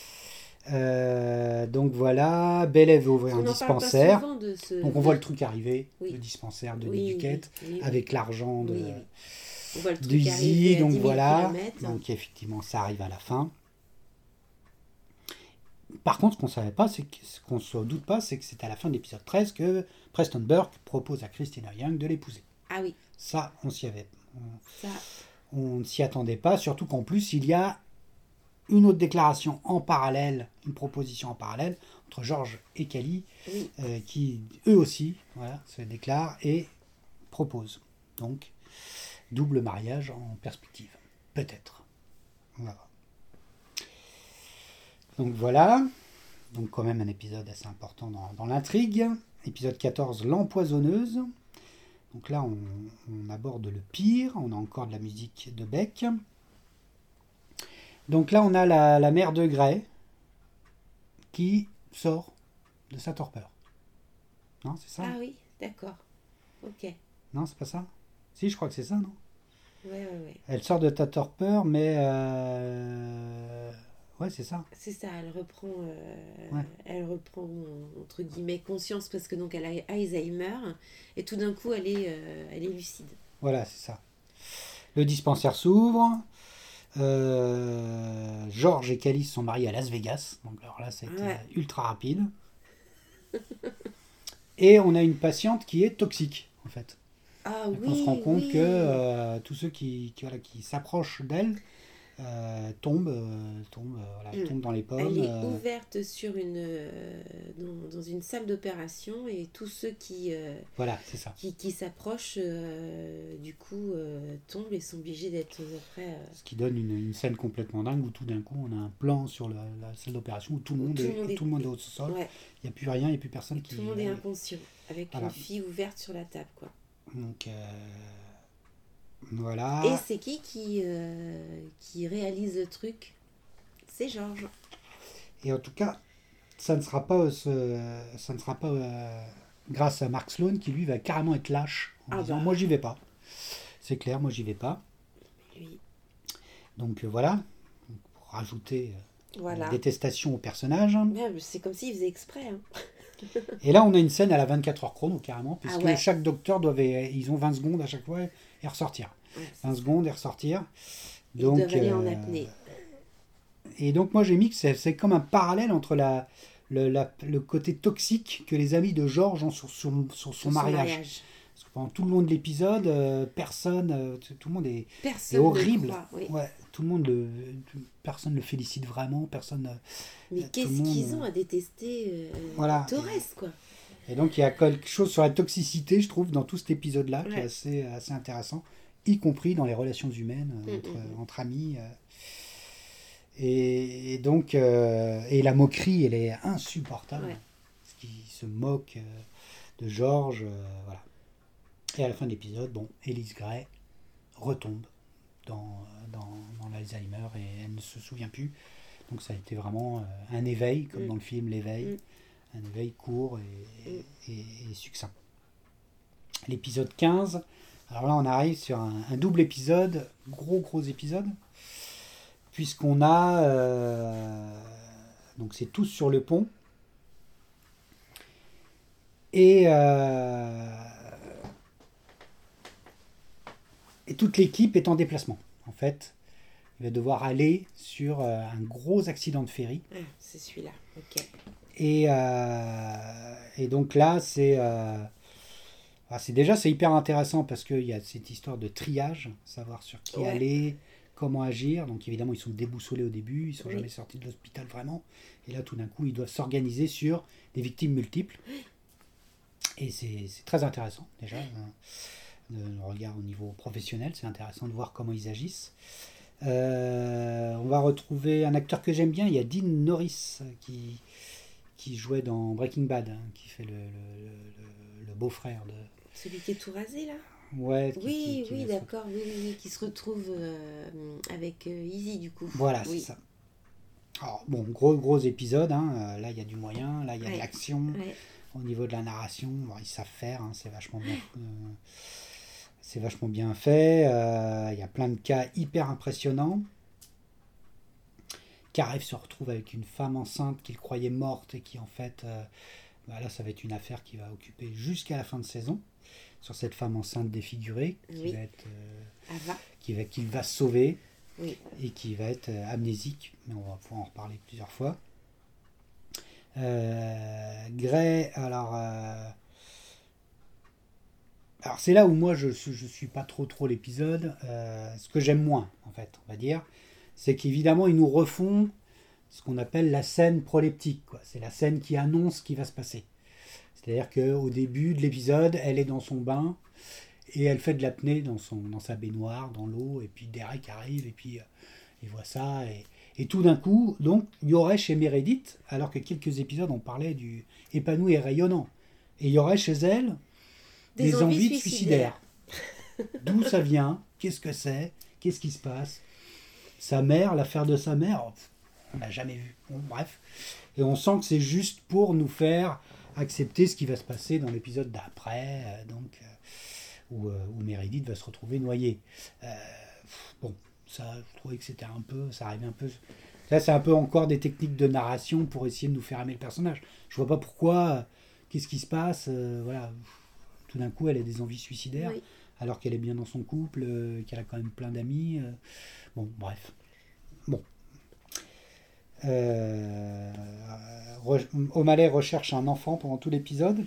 Donc voilà, Bellev veut ouvrir un dispensaire. Donc on voit le truc arriver, le dispensaire de l'éduquette, avec l'argent de Izzy. Donc voilà, donc effectivement ça arrive à la fin. Par contre, ce qu'on savait pas, ce qu'on se doute pas, c'est que c'est à la fin de l'épisode 13 que Preston Burke propose à Christina Young de l'épouser. Ah oui. Ça, on ne s'y attendait pas, surtout qu'en plus il y a une autre déclaration en parallèle, une proposition en parallèle entre George et Cally, qui eux aussi se déclarent et proposent. Donc, double mariage en perspective. Peut-être. Voilà. Donc voilà. Donc quand même un épisode assez important dans l'intrigue. Épisode 14, l'empoisonneuse. Donc là, on aborde le pire. On a encore de la musique de Beck. Donc là, on a la mère de Grey qui sort de sa torpeur. Non, c'est ça ? Ah oui, d'accord. Ok. Non, c'est pas ça ? Si, je crois que c'est ça, non ? Ouais. Elle sort de ta torpeur, mais... Ouais, c'est ça. C'est ça, elle reprend entre guillemets conscience parce que donc elle a Alzheimer et tout d'un coup elle est lucide. Voilà, c'est ça. Le dispensaire s'ouvre. George et Cally sont mariés à Las Vegas, donc alors là ça a été ultra rapide. Et on a une patiente qui est toxique en fait. On se rend compte que tous ceux qui s'approchent d'elle tombent dans les pommes. Elle est ouverte sur dans une salle d'opération et tous ceux qui c'est ça. qui s'approchent du coup tombent et sont obligés d'être après. Ce qui donne une scène complètement dingue où tout d'un coup on a un plan sur la salle d'opération où tout le monde est au sol. Il n'y a plus rien, il n'y a plus personne qui. Tout le monde est inconscient avec une fille ouverte sur la table, quoi. Donc voilà. Et c'est qui réalise le truc ? C'est George. Et en tout cas, ça ne sera pas grâce à Mark Sloan qui lui va carrément être lâche en disant moi j'y vais pas. c'est clair, moi j'y vais pas. Lui, Donc voilà, pour rajouter voilà. détestation au personnage. Ouais, mais c'est comme s'il faisait exprès. Hein. Et là, on a une scène à la 24 heures chrono, carrément, puisque ouais. chaque docteur ils ont 20 secondes à chaque fois et ressortir. Ouais, 20 secondes et ressortir. Ils doivent aller en apnée. Et donc, moi, j'ai mis que c'est comme un parallèle entre le côté toxique que les amis de George ont sur son mariage. Parce que pendant tout le long de l'épisode, personne, tout le monde est horrible. Oui. Ouais, personne ne le félicite vraiment, personne. Mais qu'est-ce qu'ils ont à détester Torres, quoi. Et donc il y a quelque chose sur la toxicité, je trouve, dans tout cet épisode-là, qui est assez intéressant, y compris dans les relations humaines entre amis. Et donc, et la moquerie, elle est insupportable. Parce qu'il se moque de George. Voilà. Et à la fin de l'épisode, Elise Gray retombe dans l'Alzheimer et elle ne se souvient plus. Donc ça a été vraiment un éveil, comme dans le film L'éveil. Un éveil court et succinct. L'épisode 15, alors là on arrive sur un double épisode, gros épisode, puisqu'on a... donc c'est tous sur le pont. Et toute l'équipe est en déplacement, en fait. Il va devoir aller sur un gros accident de ferry. Ah, c'est celui-là, ok. Et donc là, c'est hyper intéressant parce qu'il y a cette histoire de triage, savoir sur qui aller, comment agir. Donc évidemment, ils sont déboussolés au début, ils ne sont jamais sortis de l'hôpital vraiment. Et là, tout d'un coup, ils doivent s'organiser sur des victimes multiples. Et c'est très intéressant, déjà. Le regard au niveau professionnel, c'est intéressant de voir comment ils agissent. On va retrouver un acteur que j'aime bien, il y a Dean Norris qui jouait dans Breaking Bad, qui fait le beau-frère de... Celui qui est tout rasé là. Ouais. Oui, d'accord, qui se retrouve avec Easy du coup. Voilà, c'est ça. Alors, gros épisode, là il y a du moyen, là il y a de l'action, au niveau de la narration, ils savent faire, c'est vachement bien. C'est vachement bien fait, il y a plein de cas hyper impressionnants. Karev se retrouve avec une femme enceinte qu'il croyait morte et qui en fait, là ça va être une affaire qui va occuper jusqu'à la fin de saison, sur cette femme enceinte défigurée qui va être, qu'il va sauver et qui va être amnésique, mais on va pouvoir en reparler plusieurs fois. Gray, alors c'est là où moi je suis pas trop l'épisode. Ce que j'aime moins, en fait, on va dire, c'est qu'évidemment ils nous refont ce qu'on appelle la scène proleptique, quoi. C'est la scène qui annonce ce qui va se passer. C'est-à-dire qu'au début de l'épisode, elle est dans son bain et elle fait de l'apnée dans sa baignoire, dans l'eau, et puis Derek arrive et puis il voit ça et tout d'un coup, donc il y aurait chez Meredith, alors que quelques épisodes on parlait du épanoui et rayonnant, et il y aurait chez elle des envies de suicidaire. D'où ça vient? Qu'est-ce que c'est? Qu'est-ce qui se passe? Sa mère, l'affaire de sa mère, on n'a jamais vu. Bon, bref. Et on sent que c'est juste pour nous faire accepter ce qui va se passer dans l'épisode d'après, où Meredith va se retrouver noyée. Ça, je trouvais que c'était ça arrivait un peu... Là, c'est un peu encore des techniques de narration pour essayer de nous faire aimer le personnage. Je vois pas pourquoi, qu'est-ce qui se passe, voilà... Tout d'un coup, elle a des envies suicidaires, alors qu'elle est bien dans son couple, qu'elle a quand même plein d'amis. Bref. O'Malley recherche un enfant pendant tout l'épisode.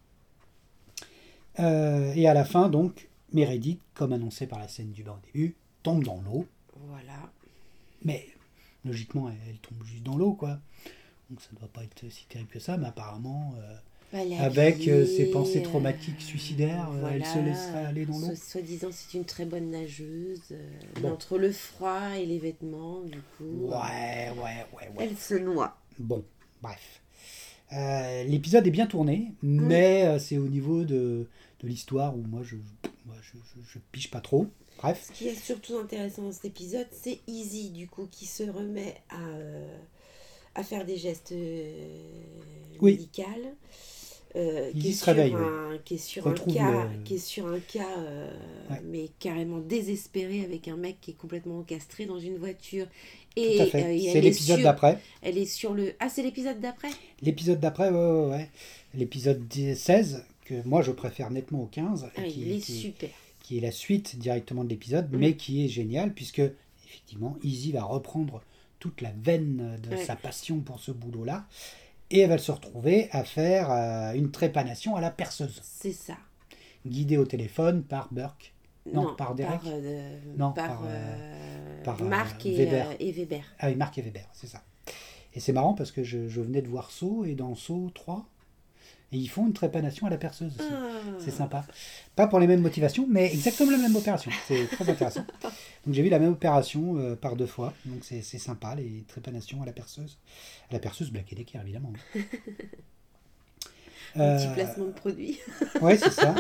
Et à la fin, donc, Meredith, comme annoncé par la scène du bain au début, tombe dans l'eau. Voilà. Mais, logiquement, elle tombe juste dans l'eau, quoi. Donc ça ne doit pas être si terrible que ça, mais apparemment... avec ses pensées traumatiques suicidaires, elle se laisserait aller dans l'eau. Soi-disant, c'est une très bonne nageuse. Mais entre le froid et les vêtements, du coup... Ouais. Elle se noie. Bon, bref. L'épisode est bien tourné, mais c'est au niveau de l'histoire où moi, je pige pas trop. Bref. Ce qui est surtout intéressant dans cet épisode, c'est Easy, du coup, qui se remet à faire des gestes médicaux. Izzy se réveille, qui est sur retrouve un cas Ouais. mais carrément désespéré, avec un mec qui est complètement encastré dans une voiture. Tout à Et, fait. et C'est l'épisode d'après. elle est sur le... Ah, c'est l'épisode d'après? L'épisode d'après, ouais. L'épisode 16, que moi je préfère nettement au 15, Ah, il est super. qui est la suite directement de l'épisode, mais qui est génial, puisque effectivement, Izzy va reprendre toute la veine de sa passion pour ce boulot-là, et elle va se retrouver à faire une trépanation à la perceuse. C'est ça. Guidée au téléphone par Burke. Non, par Derek. Non, par Marc Weber. Et Weber. Ah oui, Marc et Weber, c'est ça. Et c'est marrant parce que je venais de voir Saw, et dans Saw 3, et ils font une trépanation à la perceuse aussi. C'est sympa. Pas pour les mêmes motivations, mais exactement la même opération. C'est très intéressant. Donc j'ai vu la même opération par 2 fois. Donc c'est sympa, les trépanations à la perceuse. À la perceuse Black & Decker, évidemment. Un petit placement de produit. Ouais, c'est ça.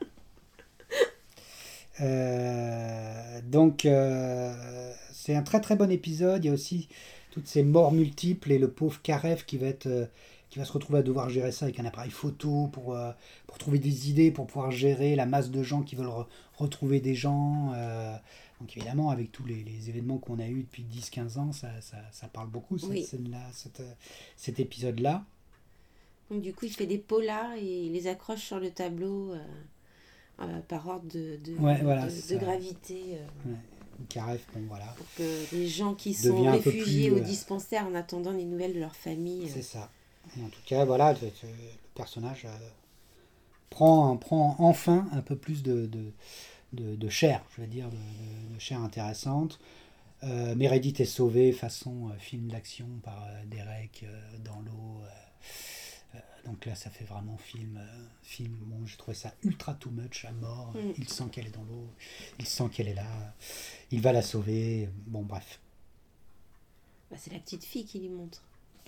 Donc c'est un très très bon épisode. Il y a aussi toutes ces morts multiples et le pauvre Karev qui va se retrouver à devoir gérer ça avec un appareil photo pour trouver des idées, pour pouvoir gérer la masse de gens qui veulent retrouver des gens. Donc évidemment, avec tous les événements qu'on a eus depuis 10-15 ans, ça parle beaucoup, cette scène-là, cet épisode-là. Donc du coup, il fait des polars et il les accroche sur le tableau par ordre de gravité. Karev, bon voilà. Pour que les gens qui sont réfugiés au dispensaire en attendant des nouvelles de leur famille. C'est ça. Et en tout cas, voilà, le personnage prend enfin un peu plus de chair, je veux dire, de chair intéressante. Meredith est sauvée façon film d'action par Derek dans l'eau. Donc là, ça fait vraiment film. Bon, j'ai trouvé ça ultra too much à mort. Il sent qu'elle est dans l'eau, il sent qu'elle est là, il va la sauver. Bon, bref. Bah, c'est la petite fille qui lui montre.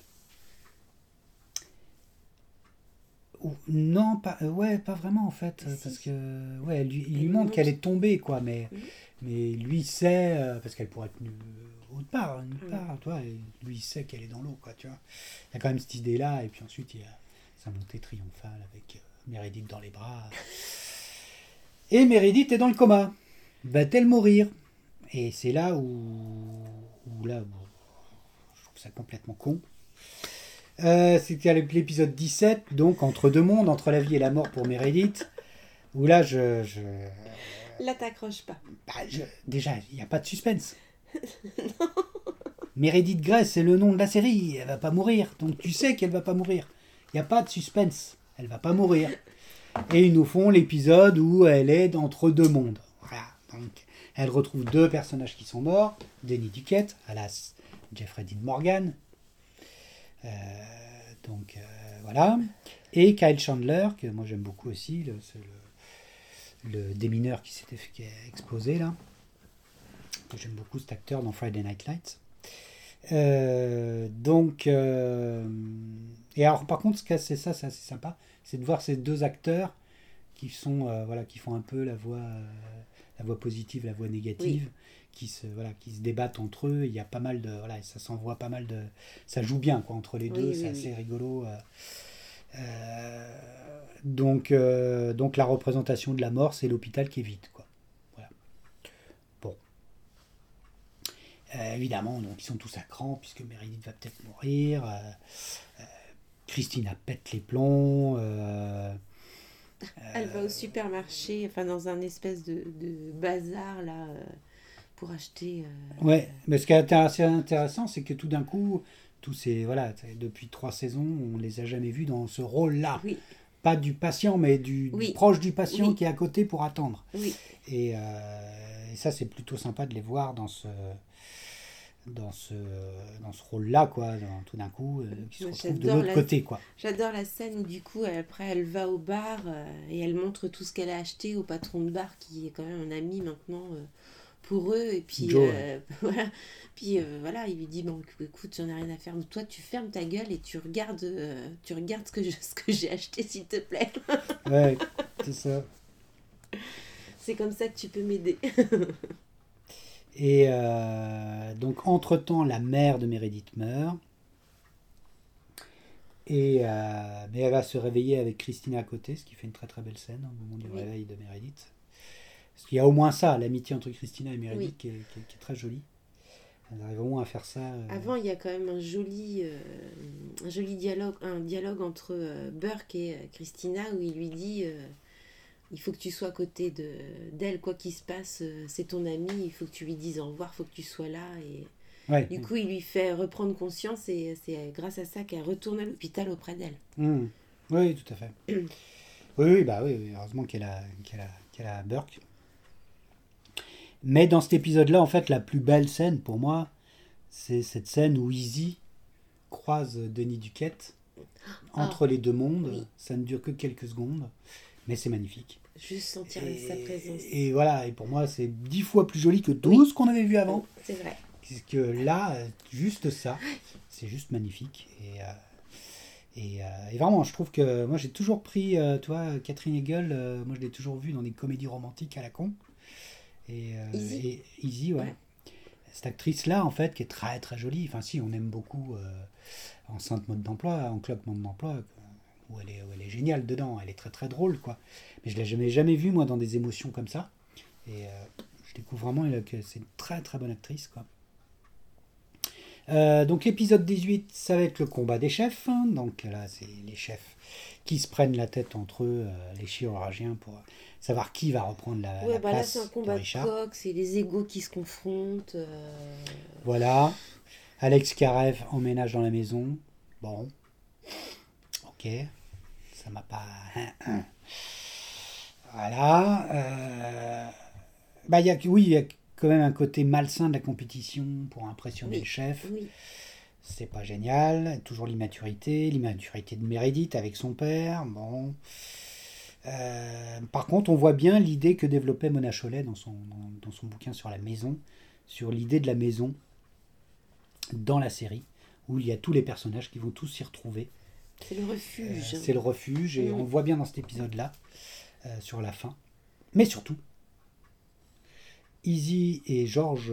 Non, pas vraiment en fait, parce que il lui montre qu'elle est tombée, quoi, mais lui sait, parce qu'elle pourrait être autre part, tu vois, et lui sait qu'elle est dans l'eau, quoi, tu vois. Il y a quand même cette idée-là, et puis ensuite il y a sa montée triomphale avec Meredith dans les bras. Et Meredith est dans le coma. Va-t-elle mourir? Et c'est là où là, bon, je trouve ça complètement con. C'était l'épisode 17, donc entre deux mondes, entre la vie et la mort pour Meredith, où là Là, t'accroches pas. Déjà, il n'y a pas de suspense. Meredith Grey, c'est le nom de la série, elle va pas mourir, donc tu sais qu'elle va pas mourir. Il n'y a pas de suspense, elle va pas mourir. Et ils nous font l'épisode où elle est entre deux mondes. Voilà, donc elle retrouve deux personnages qui sont morts, Denny Duquette, alas, Jeffrey Dean Morgan. Voilà, et Kyle Chandler, que moi j'aime beaucoup aussi, le démineur qui s'était fait exploser là, que j'aime beaucoup cet acteur dans Friday Night Lights. Et alors par contre, c'est ça, c'est assez sympa, c'est de voir ces deux acteurs qui sont qui font un peu la voix positive, la voix négative. Oui. Qui se débattent entre eux. Il y a pas mal de ça s'envoie pas mal de, ça joue bien quoi entre les deux, c'est assez rigolo. Donc la représentation de la mort, c'est l'hôpital qui est vide, quoi. Voilà. Bon. Évidemment, donc ils sont tous à cran puisque Meredith va peut-être mourir. Christina pète les plombs. Elle va au supermarché, enfin dans un espèce de bazar là. Pour acheter. Ouais, mais ce qui est assez intéressant, c'est que tout d'un coup, tous ces depuis 3 saisons, on les a jamais vus dans ce rôle-là. Oui. Pas du patient, mais du proche du patient qui est à côté pour attendre. Oui. Et ça, c'est plutôt sympa de les voir dans ce rôle-là, quoi. Tout d'un coup, qui se retrouvent de l'autre côté, quoi. J'adore la scène où du coup, après, elle va au bar et elle montre tout ce qu'elle a acheté au patron de bar, qui est quand même un ami maintenant. Pour eux, et puis voilà, il lui dit bon écoute, j'en ai rien à faire, toi tu fermes ta gueule et tu regardes ce que j'ai acheté, s'il te plaît. Ouais, c'est ça. C'est comme ça que tu peux m'aider. Et donc entre temps la mère de Meredith meurt Mais elle va se réveiller avec Christina à côté, ce qui fait une très très belle scène au moment du réveil de Meredith. Parce qu'il y a au moins ça, l'amitié entre Christina et Meredith qui est très jolie. Elles arrivent au moins à faire ça. Avant, il y a quand même un joli dialogue, entre Burke et Christina où il lui dit il faut que tu sois à côté d'elle, quoi qu'il se passe, c'est ton amie, il faut que tu lui dises au revoir, il faut que tu sois là. Et du coup, il lui fait reprendre conscience et c'est grâce à ça qu'elle retourne à l'hôpital auprès d'elle. Oui, tout à fait. oui, heureusement qu'elle a Burke. Mais dans cet épisode-là, en fait, la plus belle scène pour moi, c'est cette scène où Izzy croise Denis Duquette entre les deux mondes. Oui. Ça ne dure que quelques secondes, mais c'est magnifique. Juste sentir sa présence. Et voilà, et pour moi, c'est 10 fois plus joli que tout ce qu'on avait vu avant. C'est vrai. Parce que là, juste ça, c'est juste magnifique. Et vraiment, je trouve que moi, j'ai toujours pris, tu vois, Catherine Hegel, moi, je l'ai toujours vue dans des comédies romantiques à la con. Izzy, ouais. Cette actrice-là, en fait, qui est très très jolie. Enfin, si, on aime beaucoup Enceinte mode d'emploi, En cloque mode d'emploi, où elle est géniale dedans. Elle est très très drôle, quoi. Mais je l'ai jamais vue, moi, dans des émotions comme ça. Et je découvre vraiment que c'est une très très bonne actrice, quoi. Donc l'épisode 18, ça va être le combat des chefs. Donc là, c'est les chefs qui se prennent la tête entre eux, les chirurgiens, pour savoir qui va reprendre la place. Là, c'est un combat de coq, c'est les égos qui se confrontent. Voilà. Alex Karev emménage dans la maison. Bon. Ok. Ça m'a pas... Voilà. Il y a quand même un côté malsain de la compétition pour impressionner le chef. Oui. C'est pas génial. Toujours l'immaturité de Meredith avec son père. Bon. Par contre, on voit bien l'idée que développait Mona Chollet dans son bouquin sur la maison, sur l'idée de la maison dans la série, où il y a tous les personnages qui vont tous s'y retrouver. C'est le refuge. C'est le refuge, et on le voit bien dans cet épisode-là, sur la fin. Mais surtout, Izzy et George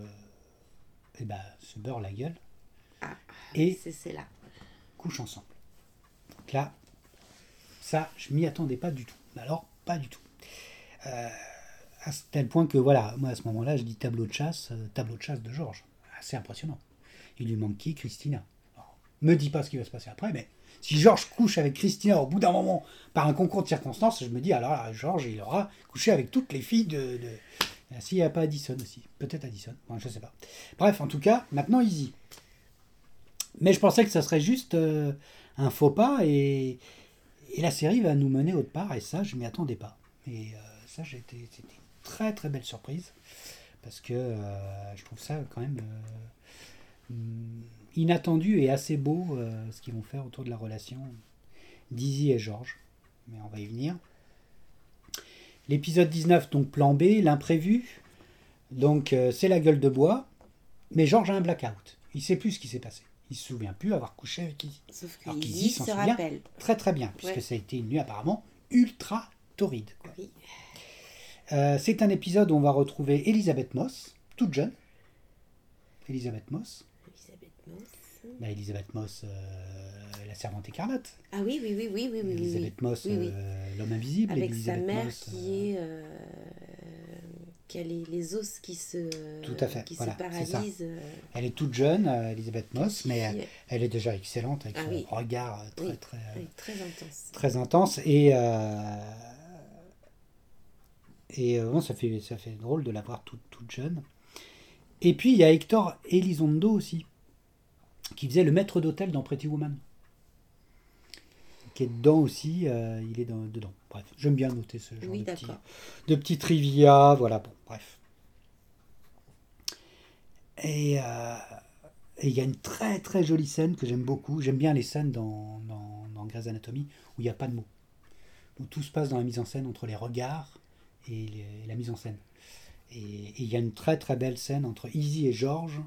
se beurrent la gueule et c'est là. couchent ensemble. Donc là, ça, je m'y attendais pas du tout. Alors, pas du tout. À tel point que, voilà, moi à ce moment-là, je dis tableau de chasse de George. Assez impressionnant. Il lui manque qui? Christina. Alors, me dis pas ce qui va se passer après, mais si George couche avec Christina au bout d'un moment, par un concours de circonstances, je me dis, alors là, George, il aura couché avec toutes les filles de... S'il n'y a pas Addison aussi. Peut-être Addison. Enfin, je ne sais pas. Bref, en tout cas, maintenant, Izzy. Mais je pensais que ça serait juste un faux pas et la série va nous mener autre part. Et ça, je ne m'y attendais pas. Et ça, c'était une très très belle surprise. Parce que je trouve ça quand même inattendu et assez beau ce qu'ils vont faire autour de la relation d'Izzy et George. Mais on va y venir. L'épisode 19, donc plan B, l'imprévu. Donc c'est la gueule de bois. Mais George a un blackout. Il ne sait plus ce qui s'est passé. Il ne se souvient plus avoir couché avec Izzy. Sauf que Izzy s'en souvient très très bien. Puisque ça a été une nuit apparemment ultra torride. Quoi. Oui. C'est un épisode où on va retrouver Elisabeth Moss, toute jeune. Elisabeth Moss, la servante écarlate. Ah oui. Elisabeth Moss, l'homme invisible. Avec Elisabeth sa mère Moss, qui a les os qui se paralysent. Elle est toute jeune, Elisabeth Moss, mais elle est déjà excellente avec son regard très intense. Très intense et ça fait drôle de la voir toute jeune. Et puis il y a Hector Elizondo aussi, qui faisait le maître d'hôtel dans Pretty Woman, qui est dedans aussi. Il est dedans. Bref, j'aime bien noter ce genre de petits trivia. Voilà, bon, bref. Et il y a une très très jolie scène que j'aime beaucoup. J'aime bien les scènes dans Grey's Anatomy où il n'y a pas de mots, où tout se passe dans la mise en scène entre les regards et la mise en scène. Et il y a une très très belle scène entre Izzy et George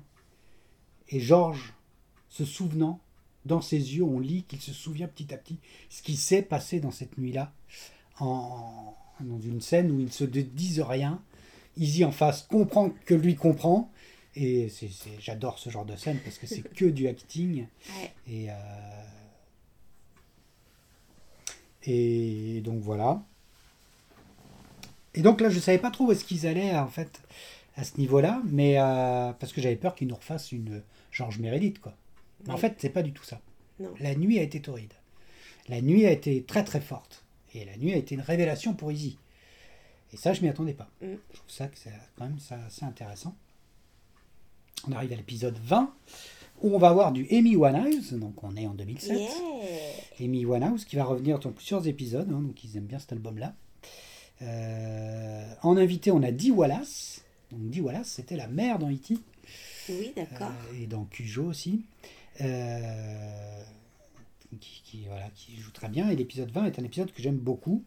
se souvenant, dans ses yeux on lit qu'il se souvient petit à petit ce qui s'est passé dans cette nuit-là, dans une scène où ils ne se disent rien. Izzy en face comprend que lui comprend, et j'adore ce genre de scène parce que c'est que du acting. Et donc voilà. Et donc là, je savais pas trop où est-ce qu'ils allaient en fait à ce niveau-là, mais parce que j'avais peur qu'ils nous refassent une George Meredith, quoi. Mais en Oui. fait, c'est pas du tout ça. Non. La nuit a été torride. La nuit a été très très forte. Et la nuit a été une révélation pour Izzy. Et ça, je m'y attendais pas. Je trouve ça que c'est quand même ça assez intéressant. On arrive à l'épisode 20, où on va voir du Amy Winehouse, donc on est en 2007. Yeah. Amy Winehouse qui va revenir dans plusieurs épisodes, hein, donc ils aiment bien cet album-là. En invité, on a Dee Wallace. Donc Dee Wallace, c'était la mère dans E.T. Oui, d'accord. Et dans Cujo aussi. Qui joue très bien. Et l'épisode 20 est un épisode que j'aime beaucoup.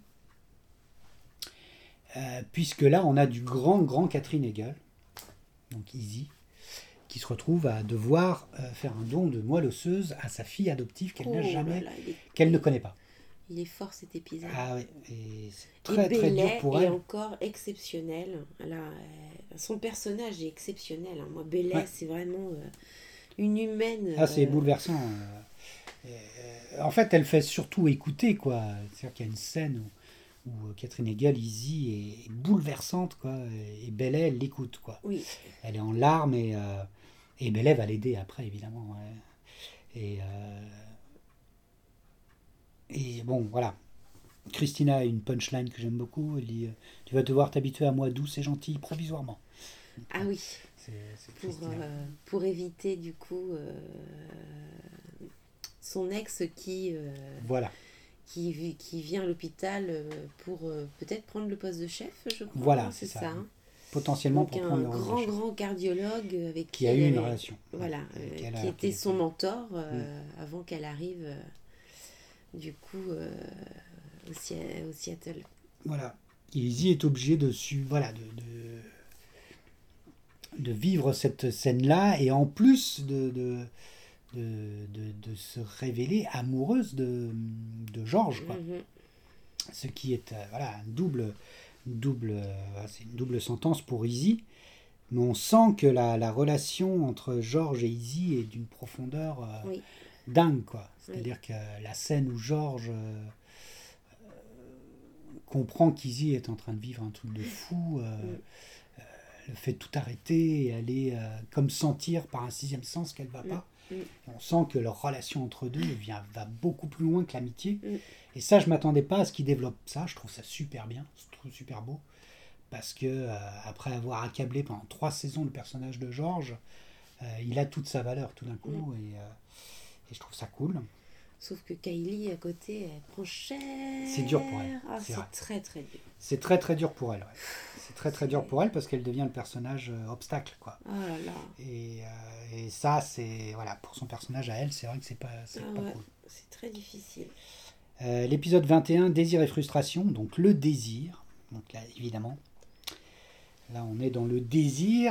Puisque là, on a du grand Catherine Hegel, donc Izzy, qui se retrouve à devoir faire un don de moelle osseuse à sa fille adoptive qu'elle n'a jamais, qu'elle ne connaît pas. Il est fort cet épisode. Ah oui, et c'est très dur pour elle. est encore exceptionnel. Là, son personnage est exceptionnel. Moi, Bellet, c'est vraiment une humaine. Ah, c'est bouleversant. En fait, elle fait surtout écouter, quoi. C'est-à-dire qu'il y a une scène où Catherine Hegel, Izzy, est bouleversante, quoi. Et Bellet, elle l'écoute, quoi. Oui. Elle est en larmes et Bellet va l'aider après, évidemment. Ouais. Et bon, voilà. Christina a une punchline que j'aime beaucoup. Elle dit tu vas devoir t'habituer à moi douce et gentille provisoirement. Ah oui. C'est pour éviter du coup son ex voilà. qui vient à l'hôpital pour peut-être prendre le poste de chef, je crois. Voilà, c'est ça. Hein. Potentiellement donc pour prendre le rôle de chef. Un grand cardiologue avec qui a eu une relation. Voilà, qui était son mentor avant qu'elle arrive du coup au Seattle. Voilà. Izzy est obligé de vivre cette scène-là et en plus de se révéler amoureuse de Georges, quoi. Ce qui est c'est une double sentence pour Izzy, mais on sent que la relation entre Georges et Izzy est d'une profondeur dingue, quoi. C'est-à-dire que la scène où Georges comprend qu'Izzy est en train de vivre un truc de fou, le fait tout arrêter et aller comme sentir par un sixième sens qu'elle va pas. On sent que leur relation entre deux va beaucoup plus loin que l'amitié. Et ça, je m'attendais pas à ce qu'ils développent ça. Je trouve ça super bien, je trouve super beau. Parce que après avoir accablé pendant 3 saisons le personnage de Georges, il a toute sa valeur tout d'un coup. Et je trouve ça cool. Sauf que Kylie à côté, elle prend cher. C'est dur pour elle. C'est très très dur. C'est très très dur pour elle. Ouais. C'est très très dur pour elle parce qu'elle devient le personnage obstacle, quoi. Oh là là. Et ça, c'est voilà, pour son personnage à elle, c'est vrai que c'est pas cool. C'est très difficile. L'épisode 21, désir et frustration, donc le désir. Donc là, évidemment, là on est dans le désir.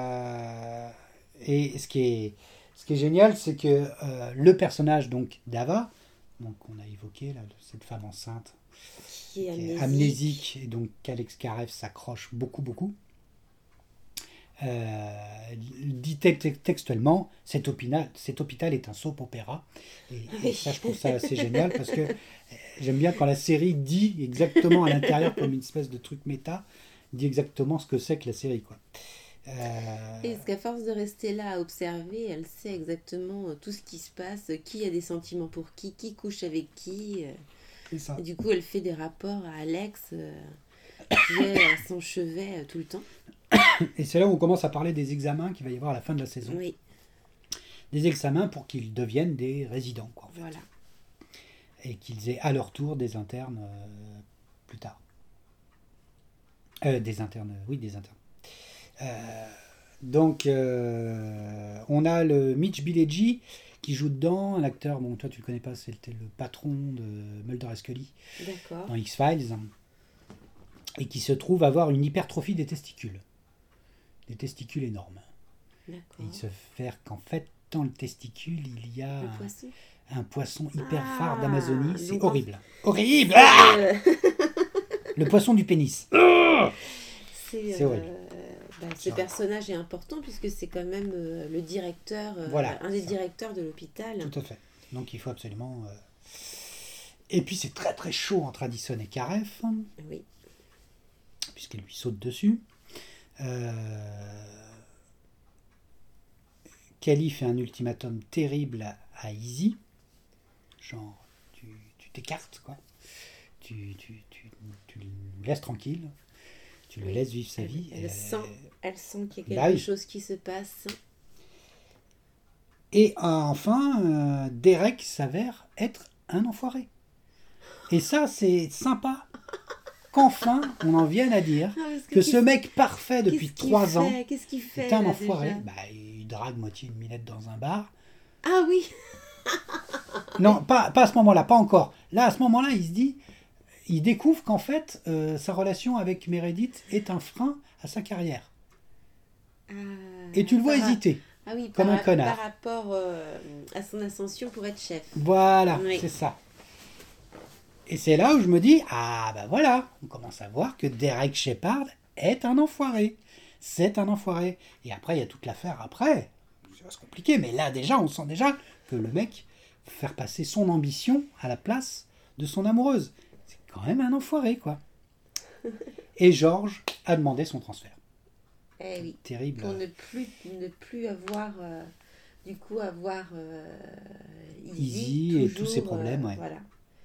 Et ce qui est génial, c'est que le personnage donc d'Ava, donc on a évoqué là, cette femme enceinte qui est amnésique et donc qu'Alex Karev s'accroche beaucoup. Dit textuellement, cet hôpital est un soap opéra. Et ça, je trouve ça assez génial parce que j'aime bien quand la série dit exactement à l'intérieur, comme une espèce de truc méta, dit exactement ce que c'est que la série, quoi. Et parce qu'à force de rester là à observer, elle sait exactement tout ce qui se passe, qui a des sentiments pour qui couche avec qui. C'est ça. Et du coup, elle fait des rapports à Alex qui est à son chevet tout le temps. Et c'est là où on commence à parler des examens qu'il va y avoir à la fin de la saison. Oui. Des examens pour qu'ils deviennent des résidents, quoi, en fait. Voilà. Et qu'ils aient à leur tour des internes plus tard. Des internes. Donc, on a le Mitch Pileggi qui joue dedans, un acteur, bon, toi tu le connais pas, c'était le patron de Mulder et Scully dans X-Files, et qui se trouve avoir une hypertrophie des testicules énormes. D'accord. Et il se fait qu'en fait, dans le testicule, il y a un poisson hyper phare d'Amazonie, c'est horrible. Horrible. Le poisson du pénis. C'est horrible. Ce personnage est important puisque c'est quand même le directeur, un des directeurs de l'hôpital. Tout à fait. Donc il faut absolument... Et puis c'est très très chaud entre Addison et Karef, Oui. puisqu'elle lui saute dessus. Kelly fait un ultimatum terrible à Izzy. Genre, tu t'écartes, quoi. Tu le laisses tranquille. Tu le laisses vivre sa vie. Elle sent qu'il y a Bah quelque oui. chose qui se passe. Et enfin, Derek s'avère être un enfoiré. Et ça, c'est sympa qu'enfin, on en vienne à dire que ce mec parfait depuis 3 ans Qu'est-ce qu'il fait est un là, enfoiré. déjà Bah, il drague moitié une minette dans un bar. Ah oui. Non, pas à ce moment-là, pas encore. Là, à ce moment-là, il se dit, il découvre qu'en fait, sa relation avec Meredith est un frein à sa carrière. Et tu le vois hésiter, Ah oui, comme un connard. Par rapport à son ascension pour être chef. Voilà, Oui. c'est ça. Et c'est là où je me dis, ah ben voilà, on commence à voir que Derek Shepard est un enfoiré. C'est un enfoiré. Et après, il y a toute l'affaire après. Ça va se compliquer, mais là déjà, on sent déjà que le mec veut faire passer son ambition à la place de son amoureuse. C'est quand même un enfoiré, quoi. Et George a demandé son transfert. Eh oui. Terrible. Pour ne plus avoir, Izzy et tous ses problèmes, ouais. Voilà.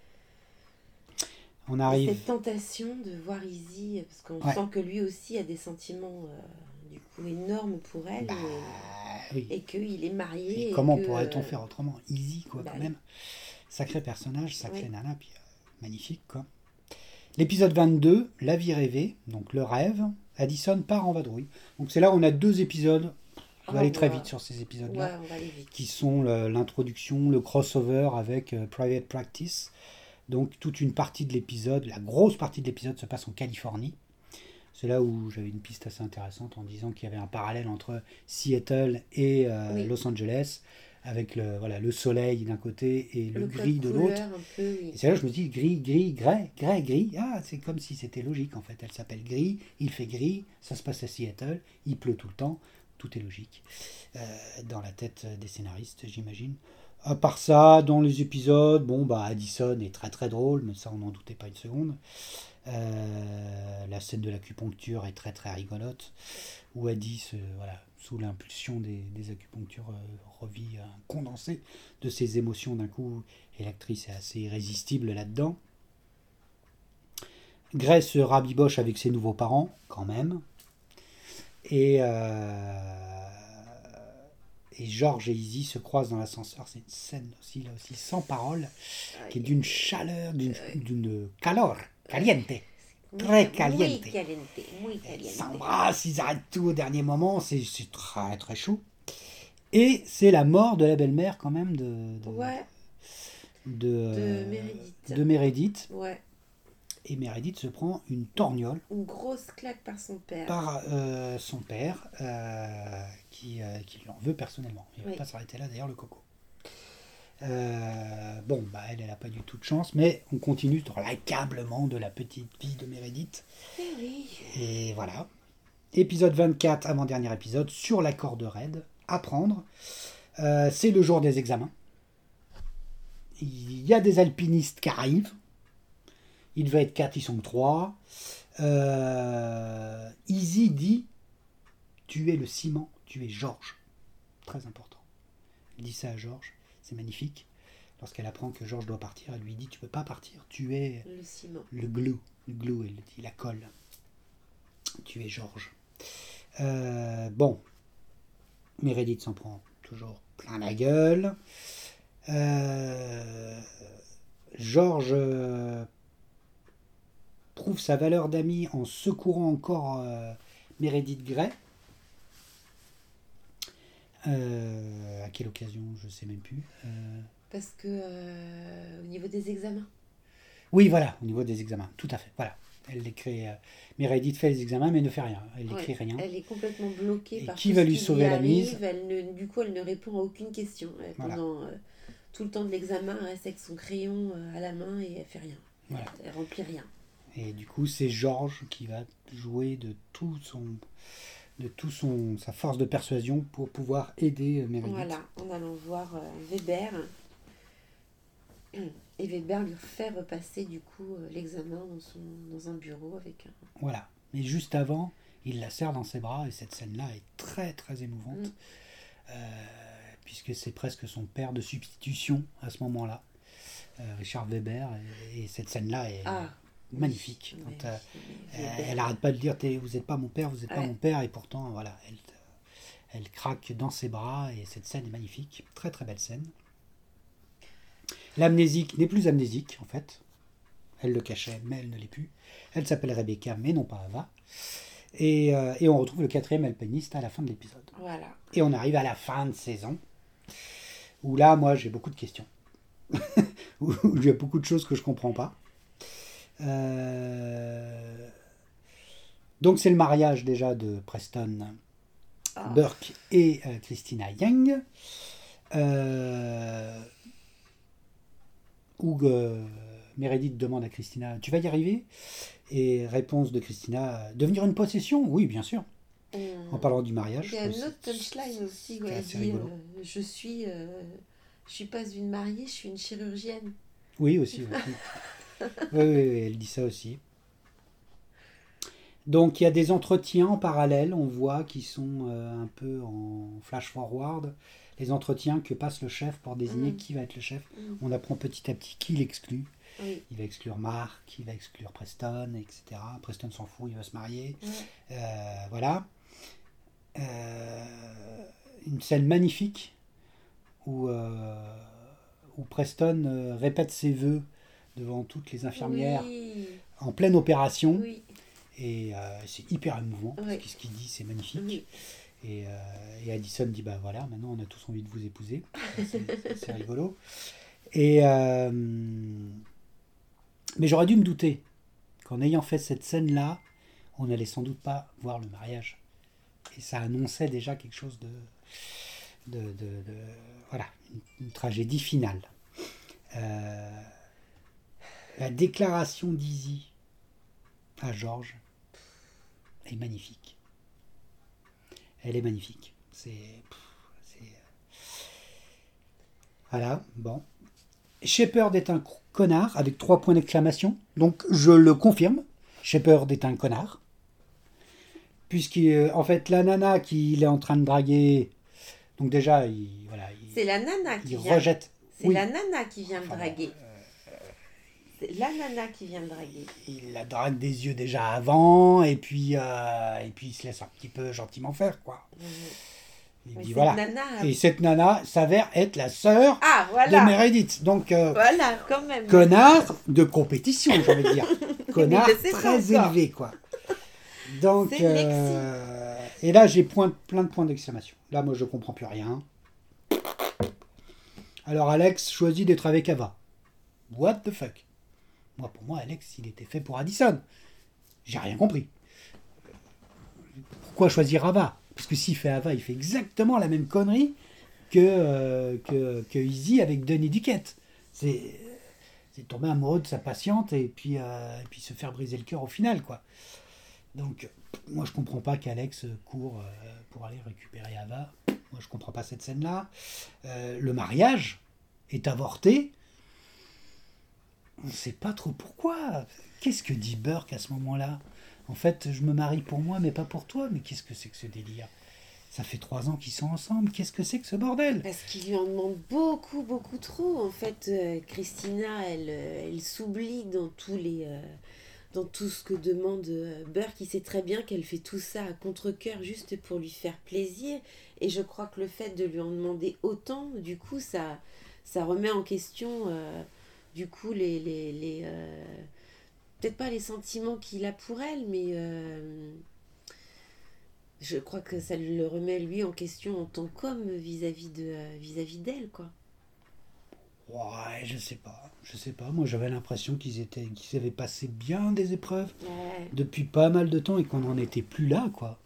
On arrive. Et cette tentation de voir Izzy, parce qu'on sent que lui aussi a des sentiments du coup énormes pour elle, Oui. et qu'il est marié. Et comment pourrait-on faire autrement? Izzy, quoi, quand oui. même. Sacré personnage, sacré nana, puis magnifique, quoi. L'épisode 22, La vie rêvée, donc le rêve. Addison part en vadrouille. Donc c'est là où on a 2 épisodes. On va aller très vite sur ces épisodes-là. Ouais, on va aller vite. Qui sont l'introduction, le crossover avec Private Practice. Donc toute une partie de l'épisode, la grosse partie de l'épisode se passe en Californie. C'est là où j'avais une piste assez intéressante en disant qu'il y avait un parallèle entre Seattle et Los Angeles, avec le soleil d'un côté et le gris de l'autre. Oui. Et c'est là que je me dis gris, gris. Ah, c'est comme si c'était logique en fait. Elle s'appelle Gris, il fait gris, ça se passe à Seattle, il pleut tout le temps, tout est logique. Dans la tête des scénaristes, j'imagine. À part ça, dans les épisodes, Addison est très très drôle, mais ça on n'en doutait pas une seconde. La scène de l'acupuncture est très très rigolote, où Addis, sous l'impulsion des acupunctures, revit un condensé de ses émotions d'un coup, et l'actrice est assez irrésistible là-dedans. Gray se rabiboche avec ses nouveaux parents, quand même. Et George et Izzy se croisent dans l'ascenseur. C'est une scène aussi, là aussi, sans parole, qui est d'une chaleur, d'une calor, caliente. Très caliente. Muy caliente. Ils s'embrassent, ils arrêtent tout au dernier moment. C'est très très chaud. Et c'est la mort de la belle-mère, quand même, de Meredith. Ouais. Et Meredith se prend une torgnole. Une grosse claque par son père. Par son père, qui lui en veut personnellement. Il ne va pas s'arrêter là, d'ailleurs, le coco. Elle n'a pas du tout de chance, mais on continue dans l'accablement de la petite fille de Meredith. Et voilà. Épisode 24, avant-dernier épisode, sur la corde raide, à prendre. C'est le jour des examens. Il y a des alpinistes qui arrivent. Il devait être 4, ils sont 3. Izzy dit, tu es le ciment, tu es George. Très important. Il dit ça à George, c'est magnifique. Lorsqu'elle apprend que George doit partir, elle lui dit, tu peux pas partir, tu es le ciment. Le glue, elle le dit, la colle. Tu es George. Meredith s'en prend toujours plein la gueule. George prouve sa valeur d'ami en secourant encore Meredith Grey. À quelle occasion, je ne sais même plus. Parce que au niveau des examens. Oui, voilà, au niveau des examens, tout à fait. Voilà, elle écrit. Meredith fait les examens, mais ne fait rien. Elle n'écrit rien. Elle est complètement bloquée et par qui va lui sauver la mise. Du coup, elle ne répond à aucune question. Pendant tout le temps de l'examen, elle reste avec son crayon à la main et elle fait rien. Voilà. Elle remplit rien. Et du coup, c'est George qui va jouer de sa force de persuasion pour pouvoir aider Meredith. Voilà, en allant voir Weber. Et Weber lui fait repasser du coup l'examen dans un bureau avec un... Voilà. Mais juste avant, il la serre dans ses bras et cette scène-là est très très émouvante. Puisque c'est presque son père de substitution à ce moment-là, Richard Weber. Et cette scène-là est magnifique. Oui, Quand, elle n'arrête pas de dire vous n'êtes pas mon père, vous n'êtes pas mon père. Et pourtant, voilà, elle craque dans ses bras et cette scène est magnifique. Très très belle scène. L'amnésique n'est plus amnésique, en fait. Elle le cachait, mais elle ne l'est plus. Elle s'appelle Rebecca, mais non pas Ava. Et on retrouve le 4e alpiniste à la fin de l'épisode. Voilà. Et on arrive à la fin de saison, où là, moi, j'ai beaucoup de questions. où il y a beaucoup de choses que je ne comprends pas. Donc, c'est le mariage, déjà, de Preston Burke et Christina Yang. Où Meredith demande à Christina, tu vas y arriver? Et réponse de Christina, devenir une possession? Oui, bien sûr. En parlant du mariage. Il y a une autre punchline aussi où elle dit, je suis pas une mariée, je suis une chirurgienne. Oui, aussi. oui, elle dit ça aussi. Donc il y a des entretiens en parallèle, on voit, qui sont un peu en flash forward. Les entretiens que passe le chef pour désigner qui va être le chef. On apprend petit à petit qui l'exclut. Oui. Il va exclure Mark, il va exclure Preston, etc. Preston s'en fout, il va se marier. Voilà. Une scène magnifique où Preston répète ses vœux devant toutes les infirmières en pleine opération. Oui. Et c'est hyper émouvant, parce que ce qu'il dit, c'est magnifique. Oui. Et Addison dit, bah voilà, maintenant on a tous envie de vous épouser. C'est rigolo. Mais j'aurais dû me douter qu'en ayant fait cette scène-là, on n'allait sans doute pas voir le mariage. Et ça annonçait déjà quelque chose voilà, une tragédie finale. La déclaration d'Izzy à George est magnifique. Elle est magnifique. Voilà, bon. Shepard est un connard avec 3 points d'exclamation. Donc je le confirme. Shepard est un connard. Puisqu'en fait, la nana qu'il est en train de draguer. Donc déjà, c'est la nana qui vient. Rejette. C'est la nana qui vient le draguer. C'est la nana qui vient le draguer. Il la drague des yeux déjà avant, et puis il se laisse un petit peu gentiment faire, quoi. Il dit voilà. Et cette nana s'avère être la sœur de Meredith. Donc, voilà, quand même. Connard de compétition, j'ai envie de dire. Connard très élevé, quoi. Donc, et là, j'ai plein de points d'exclamation. Là, moi, je comprends plus rien. Alors, Alex choisit d'être avec Ava. What the fuck? Pour moi, Alex, il était fait pour Addison. J'ai rien compris. Pourquoi choisir Ava? Parce que s'il fait Ava, il fait exactement la même connerie que Izzy avec Denis Duquette. C'est tomber amoureux de sa patiente et puis se faire briser le cœur au final, quoi. Donc, moi, je comprends pas qu'Alex court pour aller récupérer Ava. Moi, je comprends pas cette scène-là. Le mariage est avorté. On ne sait pas trop pourquoi. Qu'est-ce que dit Burke à ce moment-là? En fait, je me marie pour moi, mais pas pour toi. Mais qu'est-ce que c'est que ce délire? Ça fait 3 ans qu'ils sont ensemble. Qu'est-ce que c'est que ce bordel? Parce qu'il lui en demande beaucoup, beaucoup trop. En fait, Christina, elle s'oublie dans tout ce que demande Burke. Il sait très bien qu'elle fait tout ça à contre-cœur juste pour lui faire plaisir. Et je crois que le fait de lui en demander autant, du coup, ça remet en question... du coup, peut-être pas les sentiments qu'il a pour elle, mais je crois que ça le remet lui en question en tant qu'homme vis-à-vis d'elle, quoi. Ouais, je sais pas. Moi, j'avais l'impression qu'ils avaient passé bien des épreuves depuis pas mal de temps et qu'on n'en était plus là, quoi.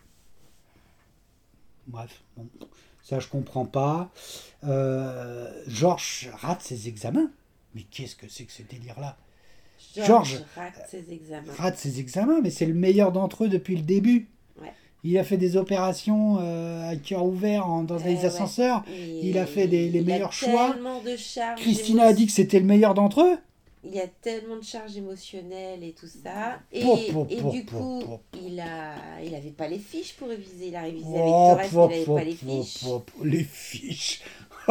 Bref, bon, ça je comprends pas. George rate ses examens. Mais qu'est-ce que c'est que ce délire-là? George rate ses examens. Rate ses examens, mais c'est le meilleur d'entre eux depuis le début. Ouais. Il a fait des opérations à cœur ouvert dans les ascenseurs. Il a fait les meilleurs choix. De charge Christina a dit que c'était le meilleur d'entre eux. Il y a tellement de charges émotionnelles et tout ça. Et du coup, il n'avait pas les fiches pour réviser. Il a révisé avec Torres, mais il n'avait pas les fiches. Les fiches.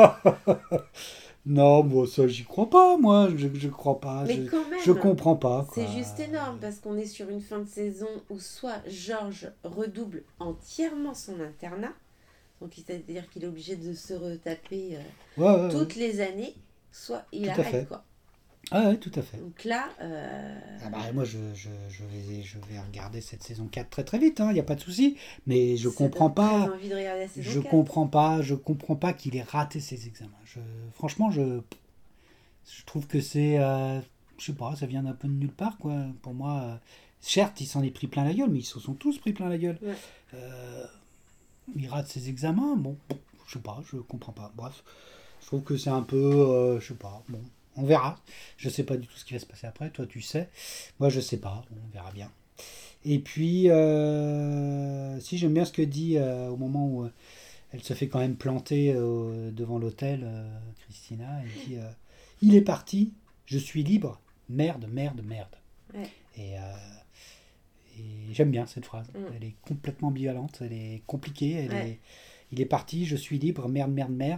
Non, bon, ça, j'y crois pas, moi. Je crois pas. Mais quand même, je comprends pas. Quoi. C'est juste énorme parce qu'on est sur une fin de saison où soit Georges redouble entièrement son internat, donc c'est-à-dire qu'il est obligé de se retaper toutes les années, soit il arrête, quoi. Ah ouais, tout à fait. Donc là... moi, je vais regarder cette saison 4 très très vite, il n'y a pas de souci. Mais je comprends pas... envie de regarder la saison 4. Je comprends pas qu'il ait raté ses examens. Franchement, je trouve que c'est... je sais pas, ça vient d'un peu de nulle part, quoi. Pour moi, certes, il s'en est pris plein la gueule, mais ils se sont tous pris plein la gueule. Ouais. Il rate ses examens, bon, je sais pas, je comprends pas. Bref, je trouve que c'est un peu... je sais pas, bon... On verra. Je ne sais pas du tout ce qui va se passer après. Toi, tu sais. Moi, je ne sais pas. On verra bien. Et puis, si j'aime bien ce que dit au moment où elle se fait quand même planter devant l'hôtel, Christina, elle dit il est parti, je suis libre, merde. Ouais. Et j'aime bien cette phrase. Elle est complètement ambivalente, elle est compliquée. Il est parti, je suis libre, merde.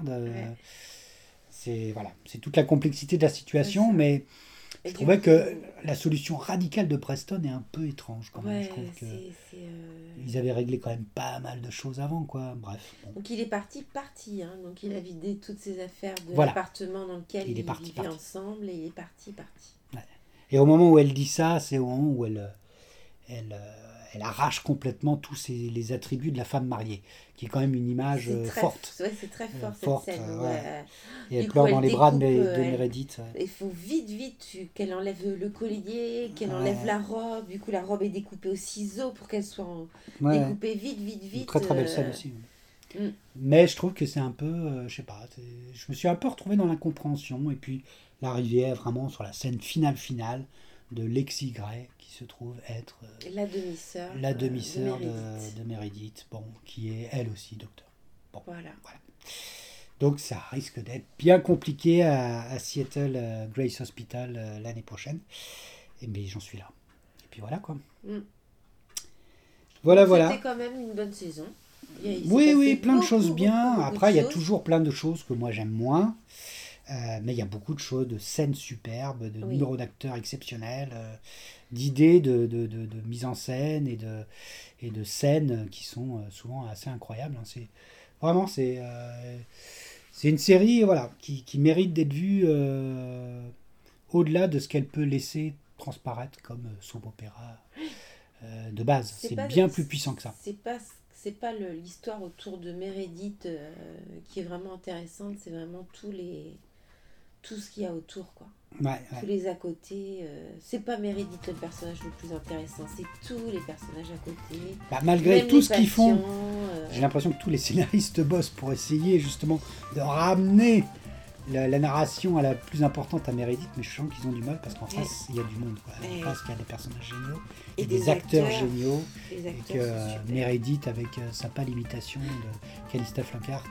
C'est toute la complexité de la situation, mais je trouvais que la solution radicale de Preston est un peu étrange quand même. Je trouve ils avaient réglé quand même pas mal de choses avant, quoi. Bref. Bon. Donc il est parti, donc il a vidé toutes ses affaires de l'appartement dans lequel ils vivaient ensemble et il est parti. Ouais. Et au moment où elle dit ça, c'est au moment où elle arrache complètement tous les attributs de la femme mariée, qui est quand même une image forte. C'est très fort cette scène. Et elle pleure dans les bras de Meredith. Il faut vite qu'elle enlève le collier, qu'elle enlève la robe. Du coup, la robe est découpée au ciseau pour qu'elle soit découpée vite. Une très très belle scène aussi. Mais je trouve que c'est un peu, je sais pas, je me suis un peu retrouvé dans l'incompréhension. Et puis l'arrivée vraiment sur la scène finale de Lexie Gray, qui se trouve être la demi-sœur de Meredith, qui est elle aussi docteur. Voilà. Donc ça risque d'être bien compliqué à Seattle Grace Hospital l'année prochaine. Mais j'en suis là. Et puis voilà, quoi. Voilà. C'était quand même une bonne saison. Oui, plein de choses bien. Après, il y a toujours plein de choses que moi j'aime moins. Mais il y a beaucoup de choses, de scènes superbes, de numéros d'acteurs exceptionnels, d'idées de mise en scène et de scènes qui sont souvent assez incroyables. C'est une série qui mérite d'être vue au-delà de ce qu'elle peut laisser transparaître comme soap opéra de base. C'est bien plus puissant que ça. C'est pas l'histoire autour de Meredith qui est vraiment intéressante, c'est vraiment tout ce qu'il y a autour, quoi. Tous les à côté. C'est pas Meredith le personnage le plus intéressant, c'est tous les personnages à côté. Malgré tout ce qu'ils font, j'ai l'impression que tous les scénaristes bossent pour essayer justement de ramener la narration à la plus importante à Meredith, mais je sens qu'ils ont du mal parce qu'en face il y a du monde, quoi. En face il y a des personnages géniaux et des acteurs géniaux, et que Meredith avec sa pâle imitation de Calista Flockhart,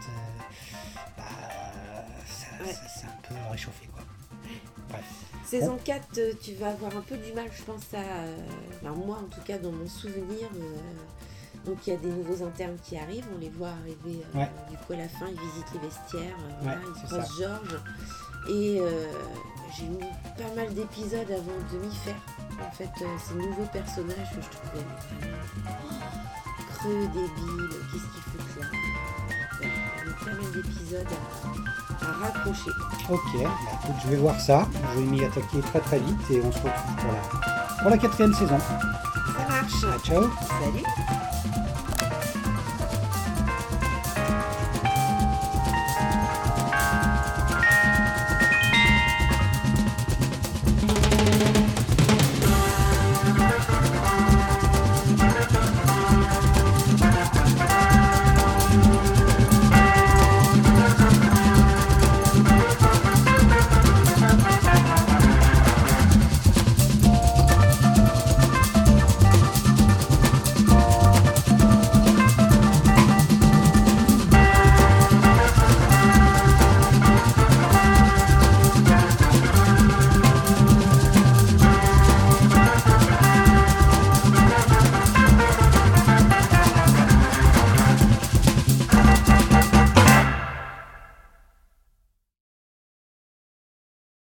c'est un peu réchauffé, quoi. Bref. Saison 4, tu vas avoir un peu du mal, je pense, moi en tout cas dans mon souvenir. Donc il y a des nouveaux internes qui arrivent, on les voit arriver du coup à la fin, ils visitent les vestiaires, ils croisent Georges. Et j'ai mis pas mal d'épisodes avant de m'y faire. En fait, ces nouveaux personnages que je trouvais creux, débiles, qu'est-ce qu'ils foutent là. J'ai mis pas mal d'épisodes à raccrocher. Ok, écoute, je vais voir ça, je vais m'y attaquer très très vite et on se retrouve pour la 4e saison. Ça marche. Ciao. Salut.